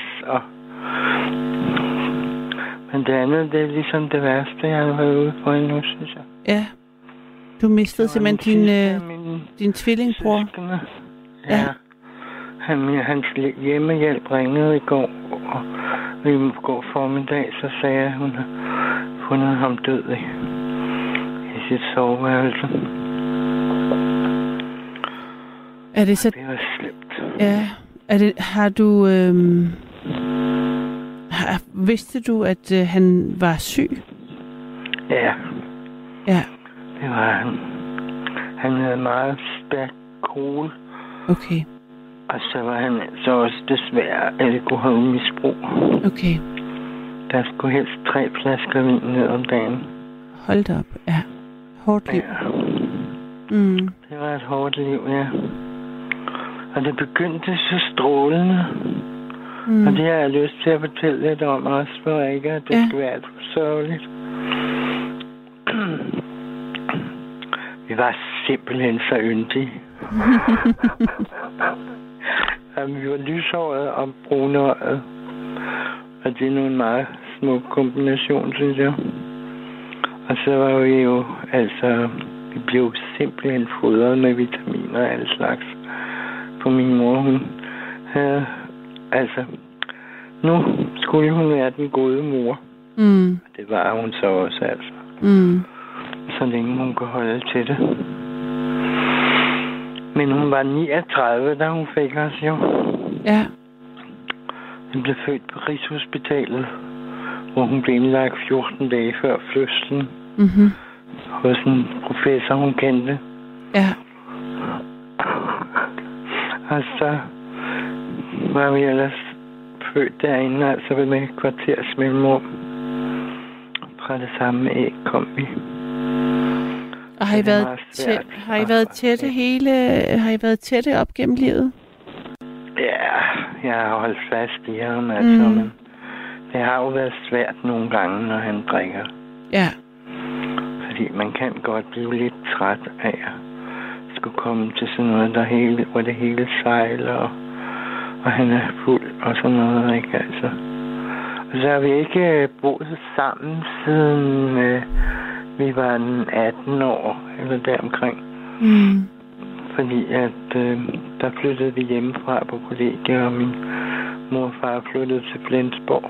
Men det andet, det er ligesom det værste, jeg har været ude for endnu, synes jeg. Ja. Du mistede simpelthen din tvillingbror. Ja. Hans hjemmehjælp ringede i går, og i går formiddag, så sagde jeg, at hun har fundet ham død i sit soveværelse. Er det så... Det var slemt. Ja. Har du... Vidste du, at han var syg? Ja. Ja. Det var han. Han havde meget stærk kol. Okay. Og så var han så også desværre alkoholmisbrug. Okay. Der skulle helst 3 flasker vin ned om dagen. Hold da op. Ja. Hårdt liv. Ja. Mm. Det var et hårdt liv, ja. Og det begyndte så strålende. Og det har jeg lyst til at fortælle lidt om også, for ikke at det skal være alt for sørgeligt. Vi var simpelthen så yndige. Vi var lyshåret og brunhåret. Og det er nu en meget smuk kombination, synes jeg. Og så var vi jo, altså, vi blev simpelthen fodret med vitaminer og alle slags. For min mor, hun havde, altså, nu skulle hun være den gode mor. Mm. Det var hun så også, altså. Mm. Så længe hun kunne holde til det. Men hun var 39, da hun fik os jo. Ja. Hun blev født på Rigshospitalet, hvor hun blev indlagt 14 dage før fødslen. Mm-hmm. Hos en professor, hun kendte. Ja. Og så var vi ellers født derinde, altså med et kvarters mellemrum. Fra det samme æg kom vi. Og har I været tætte op gennem livet? Ja, jeg har holdt fast i ham, altså, men det har jo været svært nogle gange, når han drikker. Ja. Fordi man kan godt blive lidt træt af at skulle komme til sådan noget, hvor det hele sejler, og han er fuld og sådan noget, ikke altså. Og så har vi ikke boet sammen siden vi var 18 år, eller deromkring. Mm. Fordi at der flyttede vi hjemmefra på kollegiet, og min mor og far flyttede til Flensborg.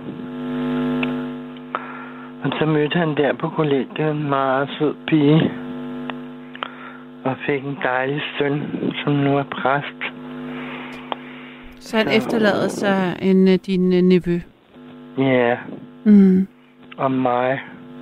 Og så mødte han der på kollegiet en meget sød pige, og fik en dejlig søn, som nu er præst. Så han efterlader sig din nevø? Ja. Mm. Og mig.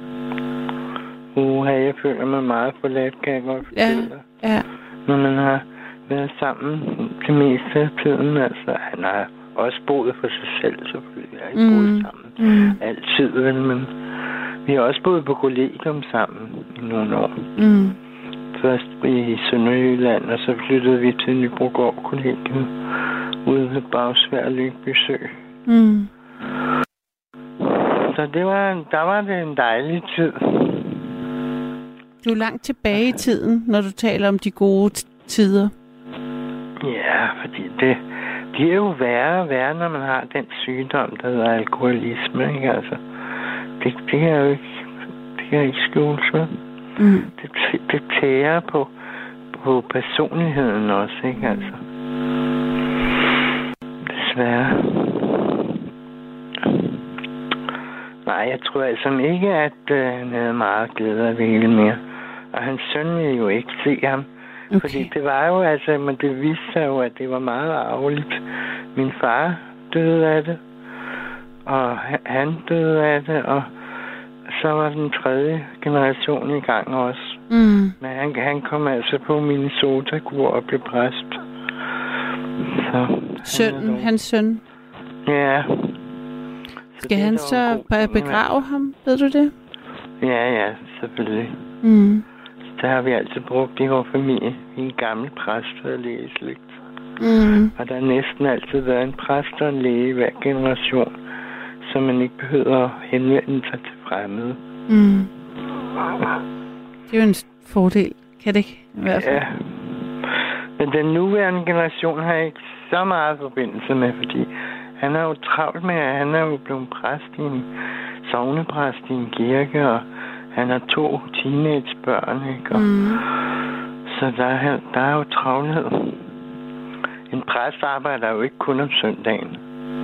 Jeg føler mig meget forladt, kan jeg godt fortælle dig. Ja. Når man har været sammen det meste af tiden, altså han har også boet for sig selv, selvfølgelig. Jeg har ikke boet sammen altid, vel, men vi har også boet på kollegium sammen i nogle år. Mm. Først i Sønderjylland, og så flyttede vi til Nybrogård kollegium ude ved Bagsværd og Lyngby Sø. Mm. Så der var det en dejlig tid. Du er langt tilbage i tiden, når du taler om de gode tider. Ja, fordi det bliver jo værre og værre, når man har den sygdom, der hedder alkoholisme, ikke? Altså, det er jo ikke skjult, vel? Mm. Det tærer på personligheden også, ikke? Altså. Desværre. Nej, jeg tror altså ikke, at han havde meget glæde af det hele mere. Og hans søn ville jo ikke se ham. Okay. Fordi det var jo altså, men det viste sig jo, at det var meget arveligt. Min far døde af det. Og han døde af det, og så var den 3. generation i gang også. Men han kom altså på Minnesota-kur og blev præst. Så hans søn? Ja. Skal han så begrave ham? Ved du det? Ja, selvfølgelig. Der har vi altid brugt i vores familie. En gammel præst og lægeslægt. Og der har næsten altid været en præst og en læge i hver generation, så man ikke behøver at henvende sig til fremmede. Det er jo en fordel, kan det ikke? I hvert fald. Ja. Men den nuværende generation har ikke så meget forbindelse med, fordi han er jo travlt med, at han er jo blevet præst i en sognepræst i en kirke, og han har 2 teenagebørn, ikke? Så der er jo travlhed. En præst arbejder jo ikke kun om søndagen.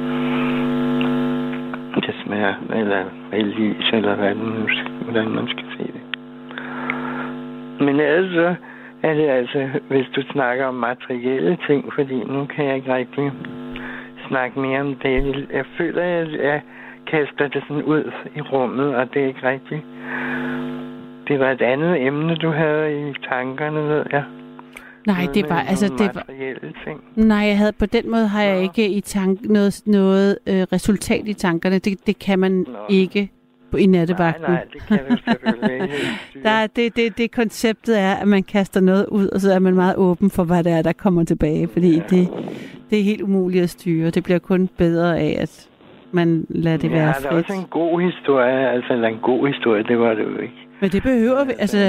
Det smager, eller religiøs, eller hvordan man skal se det. Men altså er det altså, hvis du snakker om materielle ting, fordi nu kan jeg ikke rigtig snakke mere om det. Jeg føler, at jeg kaster det sådan ud i rummet, og det er ikke rigtigt. Det var et andet emne, du havde i tankerne, ved jeg. Nej, det var altså det var ting. Nej, jeg havde på den måde har jeg ikke i noget resultat i tankerne. Det kan man ikke i nattevagten. Nej, det kan du selvfølgelig ikke. Det konceptet er, at man kaster noget ud, og så er man meget åben for, hvad det er, der kommer tilbage, fordi det er helt umuligt at styre. Det bliver kun bedre af, at man lader det være frit. Ja, der er også en god historie, eller en god historie, det var det jo ikke. Men det behøver vi, altså...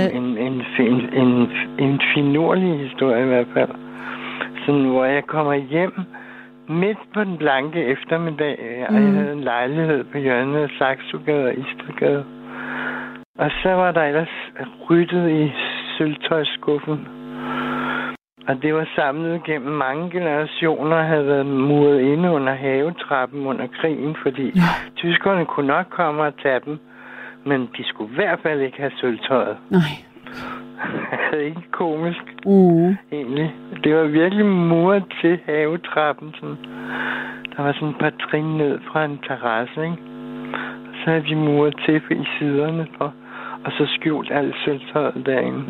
En finurlig historie i hvert fald. Sådan, hvor jeg kommer hjem midt på den blanke eftermiddag, og jeg havde en lejlighed på hjørnet af Saxogade og Istedgade. Og så var der ellers ryddet i sølvtøjsskuffen. Og det var samlet gennem mange generationer, havde været muret inde under havetrappen under krigen, fordi tyskerne kunne nok komme og tage dem. Men de skulle i hvert fald ikke have sølvtøjet. Nej. Det er ikke komisk, egentlig. Det var virkelig muret til havetrappen. Sådan. Der var sådan et par trin ned fra en terrasse, ikke? Så havde de muret til i siderne, og så skjult alt sølvtøjet derinde.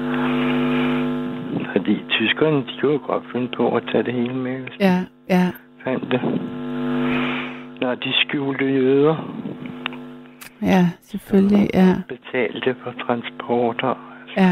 Fordi tyskerne, de kunne jo godt finde på at tage det hele med. Ja. Fandt det. Når de skjulte jøder. Ja, selvfølgelig, ja. Betalte for transporter. Ja.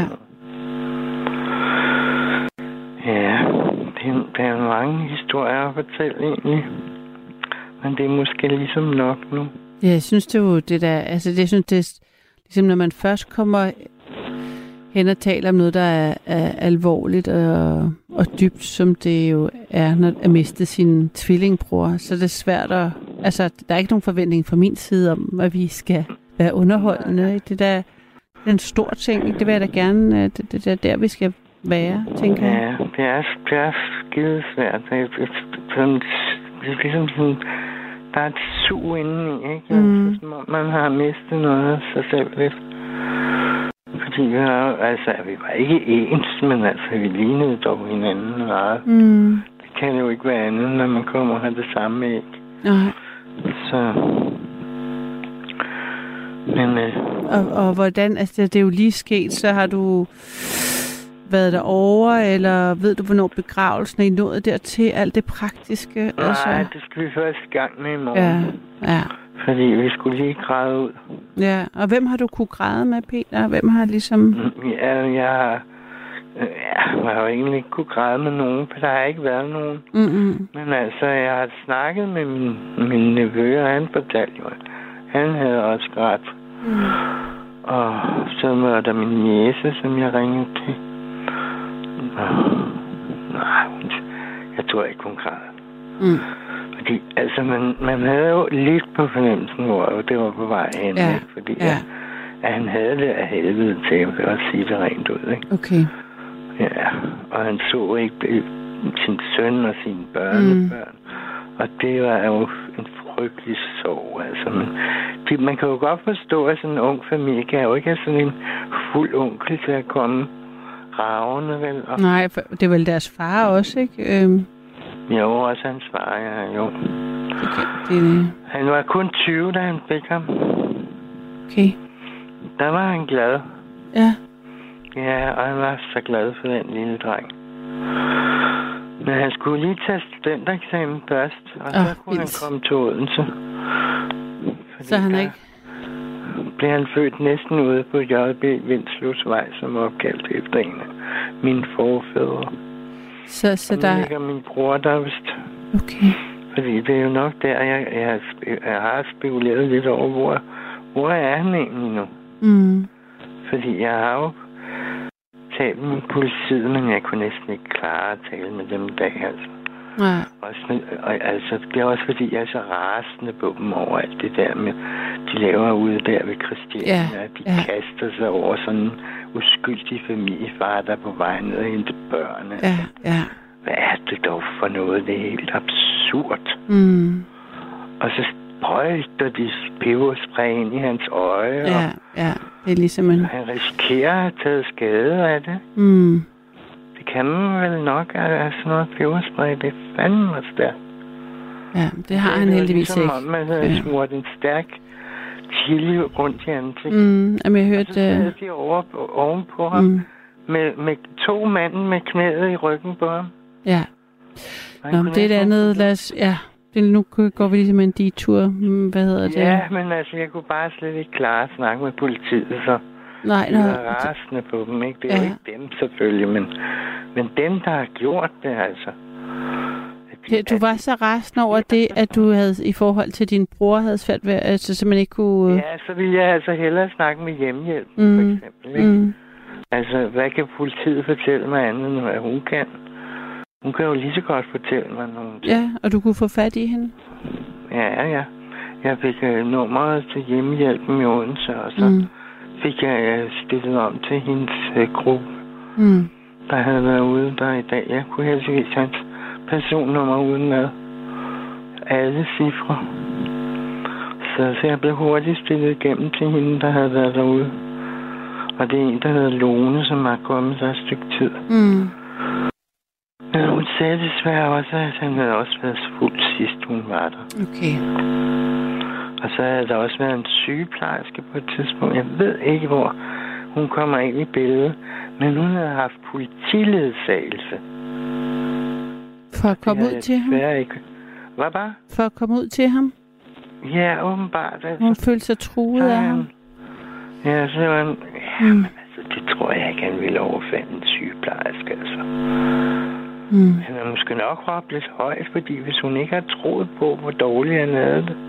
Ja, der er mange historier at fortælle egentlig. Men det er måske ligesom nok nu. Ja, jeg synes det er jo det der, altså det synes det er, ligesom når man først kommer hen og taler om noget, der er alvorligt og dybt, som det jo er, når at miste sin tvillingbror, så er det svært at, altså der er ikke nogen forventning fra min side om, at vi skal være underholdende. Det der er en stor ting, ikke? Det vil jeg da gerne, det er der, vi skal være, tænker jeg. Ja, det er skide svært. Det er ligesom sådan, der er et sug indeni, ikke? Altså, som om man har mistet noget af sig selv lidt. Fordi vi var ikke ens, men altså, vi lignede dog hinanden meget. Det kan jo ikke være andet, når man kommer og har det samme æg. Så... Men... Og hvordan, altså det er jo lige sket, så har du været derovre, eller ved du, hvornår begravelsen er nået dertil, alt det praktiske? Nej, altså... det skal vi først i gang med i morgen. Ja. Fordi vi skulle lige græde ud. Ja, og hvem har du kunne græde med, Peter? Hvem har ligesom... Jeg har jo egentlig ikke kunne græde med nogen, for der har ikke været nogen. Men altså, jeg har snakket med min nevø, og han fortalte jo, han havde også grædt. Og så var der min niece, som jeg ringede til. Nej, jeg tror ikke, hun græd. Fordi, altså, man havde jo lidt på fornemmelsen, hvor det var på vej hen, ikke? Fordi at han havde det af helvede til, jeg vil også sige det rent ud, ikke? Okay. Ja, og han så ikke sin søn og sine børnebørn. Og det var jo en frygtelig sorg, altså. Men man kan jo godt forstå, at sådan en ung familie kan jo ikke have sådan en fuld onkel til at komme ravende, vel? Nej, det er vel deres far også, ikke? Jo, også hans far, ja, jo. Okay. Han var kun 20, da han fik ham. Okay. Der var han glad. Ja. Ja, og han var så glad for den lille dreng. Men han skulle lige tage studentereksamen først, og så kunne han komme til Odense. Så han ikke... blev han født næsten ude på J.B. Vindsløsvej, som var opkaldt efter en af mine forfædre. Så der... ligger min bror der vist. Okay. Fordi det er jo nok der, jeg har spekuleret lidt over, hvor er han egentlig nu? Mm. Fordi jeg har jo talt med politiet, men jeg kunne næsten ikke klare at tale med dem i dag, altså. Nej. Altså, det er også fordi, jeg er så rasende på dem over alt det der med, de laver ude der ved Christiania, at de kaster sig over sådan en uskyldig familiefar, der er på vej ned og hente børn. Ja. Hvad er det dog for noget? Det er helt absurd. Mm. Og så sprøjter de peberspray ind i hans øje. Ja. Det er ligesom en... Han risikerer at have taget skade af det. Mm. Det kan man vel nok, at sådan noget peberspray, det er fandme stærkt. Ja, det har han heldigvis ligesom, ikke. Om man havde smurt en stærk chili rundt i ansigtet. Jamen, jeg hørte... Og så sad de ovenpå ham med 2 mænd med knæet i ryggen på ham. Ja. Nå, men det er et andet... Nu går vi ligesom en detur. Hvad hedder det? Ja, men altså, jeg kunne bare slet ikke klare at snakke med politiet, så... Nej, jeg var rasende på dem, ikke? Det er jo ikke dem, selvfølgelig, men dem, der har gjort det, altså. Du var så rasende over det, at du havde i forhold til din bror havde svært ved, altså så man ikke kunne... Ja, så ville jeg altså hellere snakke med hjemmehjælpen, for eksempel, ikke? Altså, hvad kan politiet fortælle mig andet, end hvad hun kan? Hun kan jo lige så godt fortælle mig nogle ting. Ja, og du kunne få fat i hende? Ja. Jeg fik nummeret til hjemmehjælpen i Odense, og så fik jeg stillet om til hendes gruppe, der havde været ude der i dag. Jeg kunne heldigvis hans personnummer udenad. Alle cifre. Så jeg blev hurtigt stillet igennem til hende, der havde været derude. Og det er en, der hedder Lone, som har kommet der et stykke tid. Men hun sagde desværre også, at han havde også været fuld sidst, hun var der. Okay. Og så havde der også været en sygeplejerske på et tidspunkt. Jeg ved ikke, hvor hun kommer ind i billedet. Men hun havde haft politiledsagelse. For at komme ud til ham? Ikke. Hvad bare? For at komme ud til ham? Ja, åbenbart. Altså. Hun følte sig truet af ham? Ja, så var han... Jamen, altså, det tror jeg ikke, han ville overfalde en sygeplejerske, altså. Han har måske nok råbt lidt højt, fordi hvis hun ikke har troet på, hvor dårligt han havde det.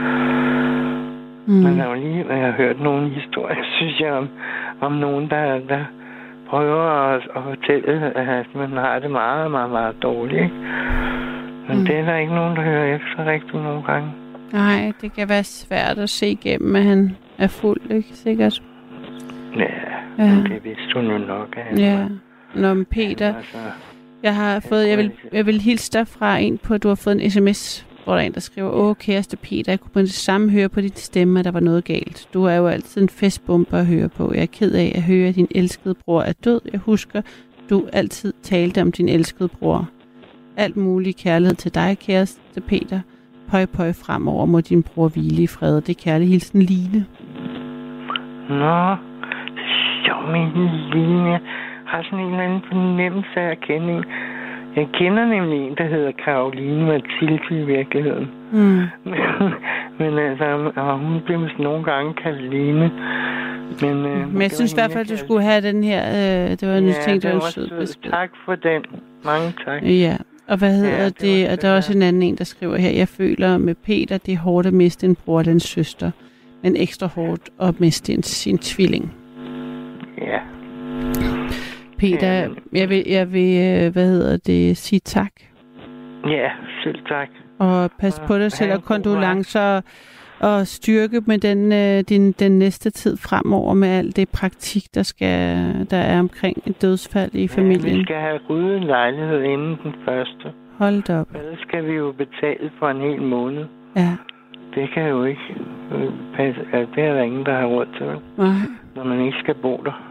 Men der var lige, jeg har hørt nogle historier, synes jeg, om nogen, der prøver at fortælle, at man har det meget, meget, meget dårligt, ikke? Men det er der ikke nogen, der hører efter rigtig nogle gange. Nej, det kan være svært at se igennem, at han er fuld, ikke? Sikkert. Ja. Det vidste hun jo nok af. Ja. Nå, men Peter, jeg har fået, jeg vil hilse dig fra en på, at du har fået en sms, hvor der er en, der skriver, kæreste Peter, jeg kunne på det samme høre på dit stemme, at der var noget galt. Du er jo altid en festbombe at høre på. Jeg er ked af at høre, at din elskede bror er død. Jeg husker, du altid talte om din elskede bror. Alt mulig kærlighed til dig, kæreste Peter. Pøj fremover må din bror hvile i fred. Det er kærlig hilsen Line. Nå, så min Line. Jeg har sådan en eller anden fornemmelse af at kende en. Jeg kender nemlig en, der hedder Caroline Mathilde i virkeligheden. Men altså, hun bliver sådan nogle gange kaldt Line. Men jeg synes i hvert fald, at du skulle have den her... det var en ting, der var sød besked. Tak for den. Mange tak. Ja, og hvad hedder det? Og der er også en anden en, der skriver her, jeg føler med Peter, det er hårdt at miste en bror eller en søster, men ekstra hårdt at miste sin tvilling. Ja. Peter, jeg vil sige tak. Ja, selv tak. Og pas på dig selv og kondolencer og styrke med den næste tid fremover med alt det praktik, der er omkring et dødsfald i familien. Vi skal have ryddet en lejlighed inden den første. Hold da op. Ellers skal vi jo betale for en hel måned. Ja. Det kan jo ikke passe. Det er der ingen, der har råd til. Nej. Når man ikke skal bo der.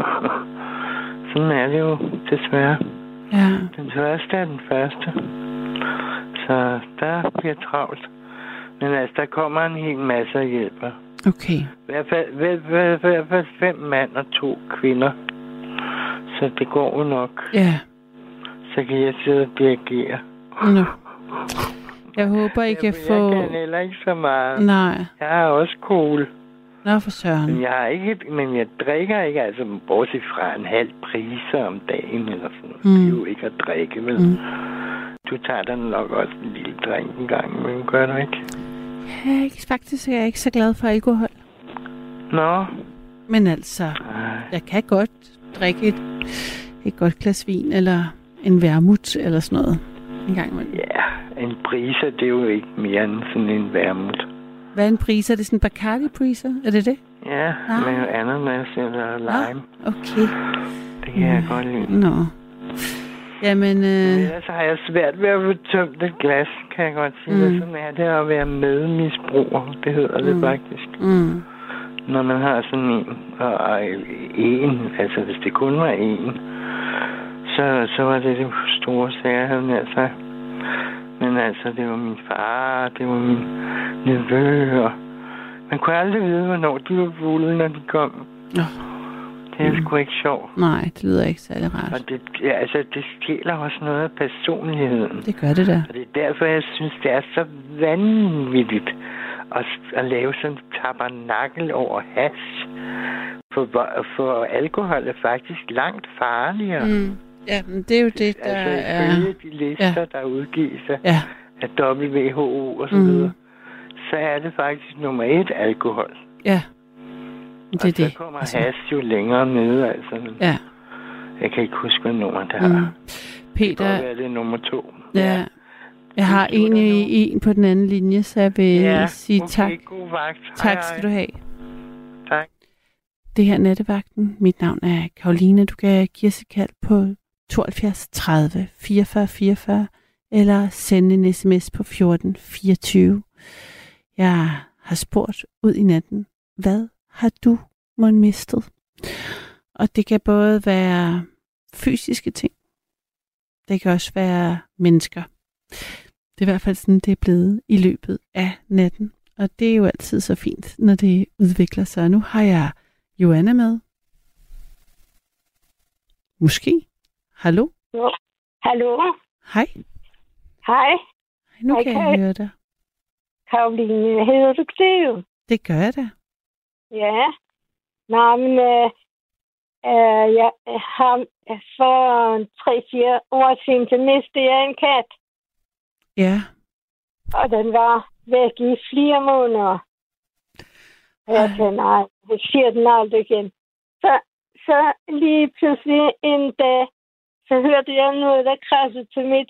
Sådan er det jo desværre. Ja. Den første er den første. Så der bliver travlt. Men altså, der kommer en hel masse af hjælper. Okay. I hvert fald 5 mænd og 2 kvinder. Så det går jo nok. Ja. Så kan jeg sidde og dirigere. Nå. Jeg håber, I kan få... Jeg kan heller ikke så meget. Nej. Jeg er også cool. Nå, for søren. Men jeg drikker ikke, altså bortset fra en halv priser om dagen eller sådan noget. Det er jo ikke at drikke, vel? Du tager da nok også en lille drink en gang, men gør du ikke? Ja, faktisk er jeg ikke så glad for alkohol. Nå. Men altså, jeg kan godt drikke et godt glas vin, eller en vermut, eller sådan noget. En gang imellem. Ja, en priser, det er jo ikke mere end sådan en vermut. Hvad er en priser? Er det sådan en Bacardi-priser? Er det det? Ja, med ananas eller lime. Okay. Det kan jeg godt lide. Nå. Jamen... Ellers har jeg svært ved at få tømt et glas, kan jeg godt sige. Sådan er det at være medmisbruger. Det hedder det faktisk. Når man har sådan en, altså hvis det kun var en, så var det store sager, havde jeg sagt. Men altså, det var min far, det var min nevø, og man kunne aldrig vide, hvornår de var fulde, når de kom. Det er sgu ikke sjovt. Nej, det lyder ikke særlig rart. Og det stjæler også noget af personligheden. Det gør det da. Og det er derfor, jeg synes, det er så vanvittigt at lave sådan en tabernakel over hash. For alkohol er faktisk langt farligere. Ja, men det er jo det, der altså, de lister, der udgives af WHO og så videre, så er det faktisk nummer 1 alkohol. Ja. Det og så kommer hash jo længere nede, altså. Ja. Jeg kan ikke huske, hvad nummer det har. Peter... Det er nummer 2. Ja. Jeg har en på den anden linje, så jeg vil sige tak. God vagt. Tak skal du have. Tak. Det her Nattevagten. Mit navn er Karoline. Du kan give os et kald på 72 30 44 44 eller sende en sms på 14 24. Jeg har spurgt ud i natten, hvad har du måtte mistet? Og det kan både være fysiske ting. Det kan også være mennesker. Det er i hvert fald sådan, det er blevet i løbet af natten. Og det er jo altid så fint, når det udvikler sig. Nu har jeg Joanna med. Måske. Hallo? Jo. Hallo? Hej. Hej. Nu kan jeg høre dig. Karoline, hedder du det jo? Det gør jeg da. Ja. Nej, men jeg har for 3-4 år siden, så mistede jeg en kat. Ja. Og den var væk i flere måneder. Og jeg tænkte, nej, jeg siger den aldrig igen. Så lige pludselig en dag, så hørte jeg noget, der krassede til mit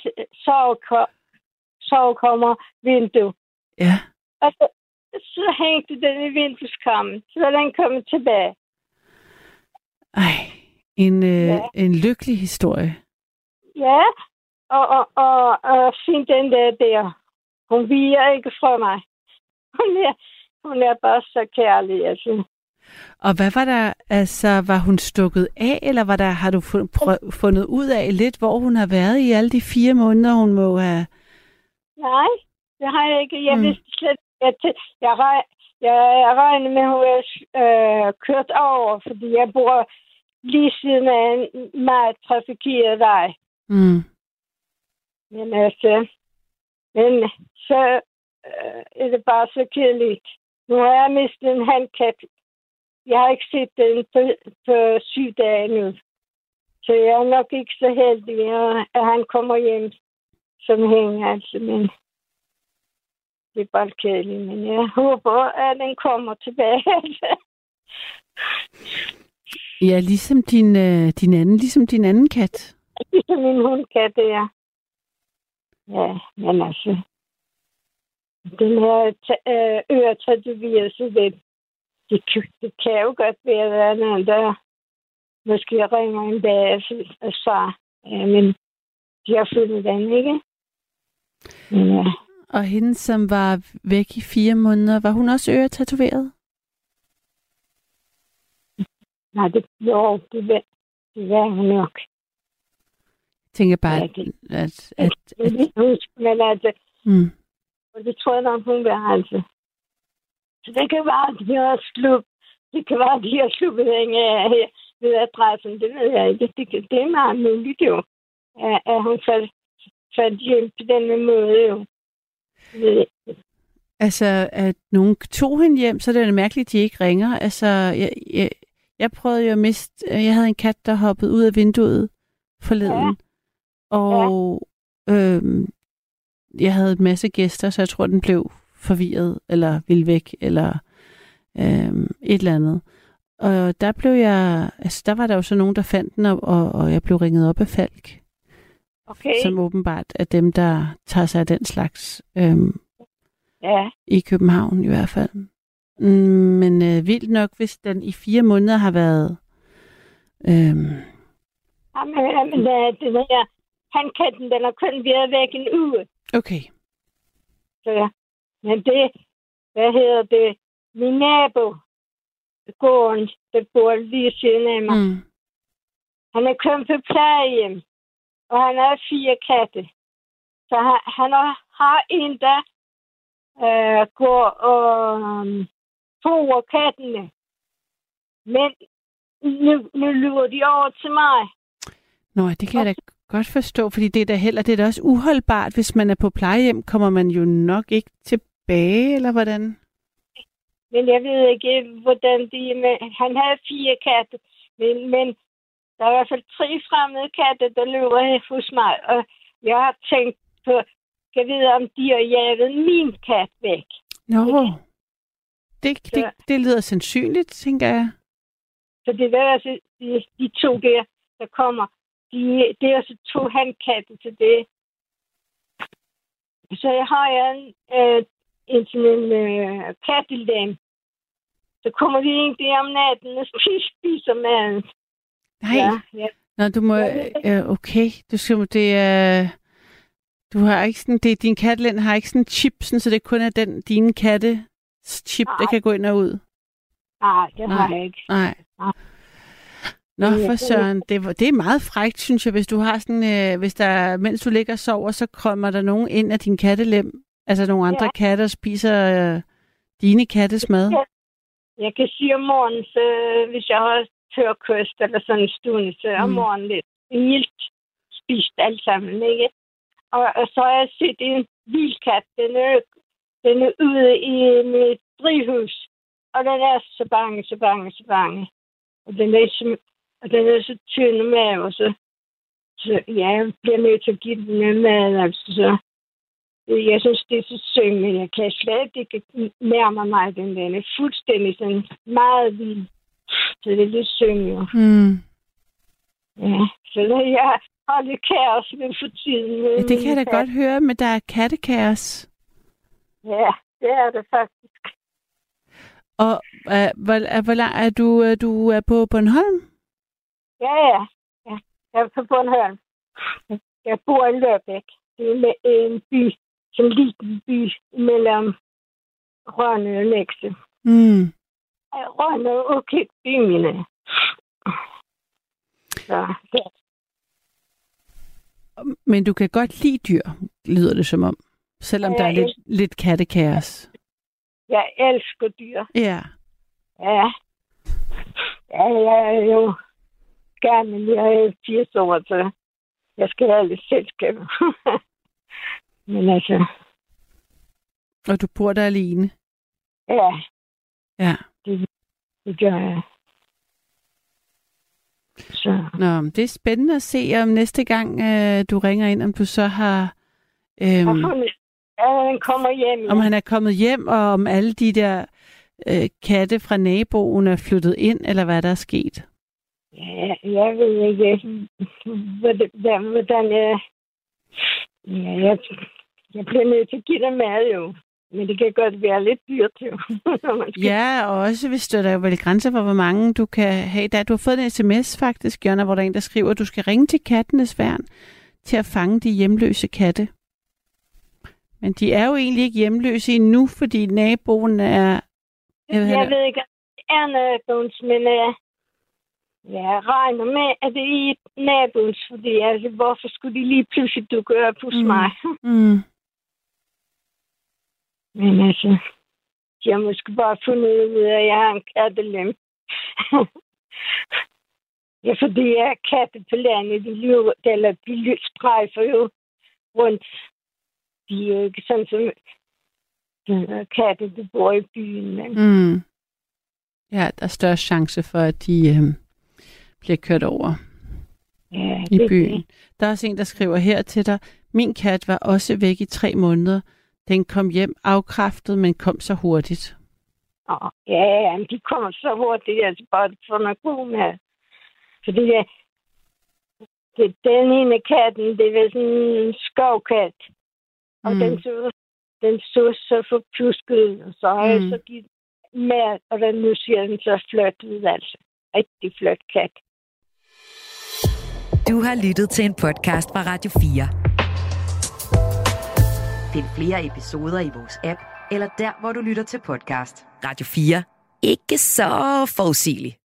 sovekammervindue. Ja. Og så hængte den i vindueskarmen, så den kom tilbage. Ej, en lykkelig historie. Ja, og siden den der, hun viger ikke fra mig. Hun er bare så kærlig, altså. Og hvad var der, altså, var hun stukket af, eller har du fundet ud af lidt, hvor hun har været i alle de 4 måneder, hun må have? Nej, det har jeg ikke. Jeg vidste slet ikke. Jeg regner med, at hun er kørt over, fordi jeg bor lige siden af en meget trafikeret vej. Men altså, så er det bare så kedeligt. Nu har jeg mistet en handkat. Jeg har ikke set den på 7 dage nu. Så jeg er nok ikke så heldig, at han kommer hjem som hænger. Altså, men det er bare kedeligt. Men jeg håber, at den kommer tilbage. Ja, ligesom ligesom din anden kat. Ligesom min hundkat, ja. Ja, men altså. Den her øretatoverelse, det kan jo godt være, at nogen der måske ringer en dag og svarer. Men de har fundet den, ikke? Ja. Og hende, som var væk i 4 måneder, var hun også øretatoveret? Nej, det var hun nok. Jeg tænker bare, at... Men altså, Mm. Og det tror jeg nok, hun vil altså. Så det kan være, at de har sluppet hende af ved adressen. Det ved jeg ikke. Det er meget muligt jo. At hun faldt hjem på denne måde jo. Altså, at nogen tog hende hjem, så er det mærkeligt, at de ikke ringer. Altså, jeg prøvede jo at miste... Jeg havde en kat, der hoppede ud af vinduet forleden. Ja. Og jeg havde en masse gæster, så jeg tror, den blev forvirret, eller ville væk, eller et eller andet. Og der blev jeg... Altså, der var der jo så nogen, der fandt den, og jeg blev ringet op af Falk. Okay. Som åbenbart er dem, der tager sig af den slags... I København i hvert fald. Men vildt nok, hvis den i 4 måneder har været... Jamen, den her hankatten, den har kun været væk en uge. Okay. Så ja. Men det, min nabo, gården, der bor lige siden af mig. Mm. Han er kommet på plejehjem, og han har 4 katte. Så han har en, der går og forer kattene. Men nu lurer de over til mig. Nå, det kan jeg da godt forstå, fordi det er da også uholdbart. Hvis man er på plejehjem, kommer man jo nok ikke tilbage, eller hvordan? Men jeg ved ikke, hvordan han havde 4 katte, men der er i hvert fald 3 fremmede katte, der løber hos mig, og jeg har tænkt på, jeg ved, om de har jaget min kat væk. Nå, det lyder sandsynligt, tænker jeg. Så det er altså de 2 der kommer. Det er altså 2 hankatte til det. Så jeg har en kattelam. Så kommer de egentlig om natten og spiser maden. Nej. Ja. Nå, du må... okay. Du har ikke sådan... Din katteland har ikke sådan chip, så det kun er dine katte chip, der kan gå ind og ud. Nej, det har jeg ikke. Nej. Nå, for søren. Det er meget frækt, synes jeg, hvis du har sådan... hvis der, mens du ligger og sover, så kommer der nogen ind af din kattelem. Altså nogle andre katte og spiser dine kattes mad. Jeg kan sige om morgenen, så hvis jeg har tørkost eller sådan en stund, så om morgenen lidt helt spist alt sammen, ikke? Og så har jeg set en vildkat, den er ude i mit drivhus, og den er så bange. Og den er så tynd og mave, så jeg bliver nødt til at give den med mad, altså så. Jeg synes, det er så synd, men jeg kan slet ikke nærme mig den. Den er fuldstændig sådan meget vild. Så det er lidt synd, jo. Mm. Ja, så jeg har lidt kaos med for tiden. Ja, det kan jeg da godt høre, men der er kattekaos. Ja, det er det faktisk. Og hvor lang er du er på Bornholm? Ja. Jeg er på Bornholm. Jeg bor i Lørbæk. Det er en by, som liten by mellem Rønne og Nækse. Mm. Rønne og okay, bymine. Så, ja. Men du kan godt lide dyr, lyder det som om. Selvom der er lidt kattekaos. Jeg elsker dyr. Ja. Ja, jeg er jo gerne, jeg er 80 år, så jeg skal have lidt selskab. Men altså... Og du bor der alene? Ja. Ja. Det gør jeg. Så. Nå, det er spændende at se, om næste gang du ringer ind, om du så har... han kommer hjem. Om han er kommet hjem, og om alle de der katte fra naboen er flyttet ind, eller hvad der er sket? Ja, jeg ved ikke, hvordan jeg bliver nødt til at give dig mad, jo. Men det kan godt være lidt dyrt, jo. Ja, og også hvis der er vel grænser for, hvor mange du kan have. Du har fået en sms faktisk, Jonna, hvor der er en, der skriver, at du skal ringe til Kattenes Værn til at fange de hjemløse katte. Men de er jo egentlig ikke hjemløse endnu, fordi naboen er... Jeg ved ikke, er naboens, men jeg regner med, at det er naboens, fordi altså, hvorfor skulle de lige pludselig dukke op hos mig? Mm. Men altså, de har måske bare fundet ud af, at jeg har en kattelem. Ja, fordi jeg er katte på landet. De strejfer jo rundt. De er jo ikke sådan som katte, der bor i byen. Men... Ja, der er større chance for, at de bliver kørt over i byen. Der er også en, der skriver her til dig. Min kat var også væk i 3 måneder. Den kom hjem afkræftet, men kom så hurtigt. Ja, de kommer så hurtigt. Altså bare for noget god med. Fordi den ene katten, det var sådan en skovkat. Og den så forpjusket ud. Og så har jeg så givet med, og nu siger den så flot ud, altså. Rigtig flot kat. Du har lyttet til en podcast fra Radio 4. Find flere episoder i vores app, eller der, hvor du lytter til podcast. Radio 4. Ikke så forudsigeligt.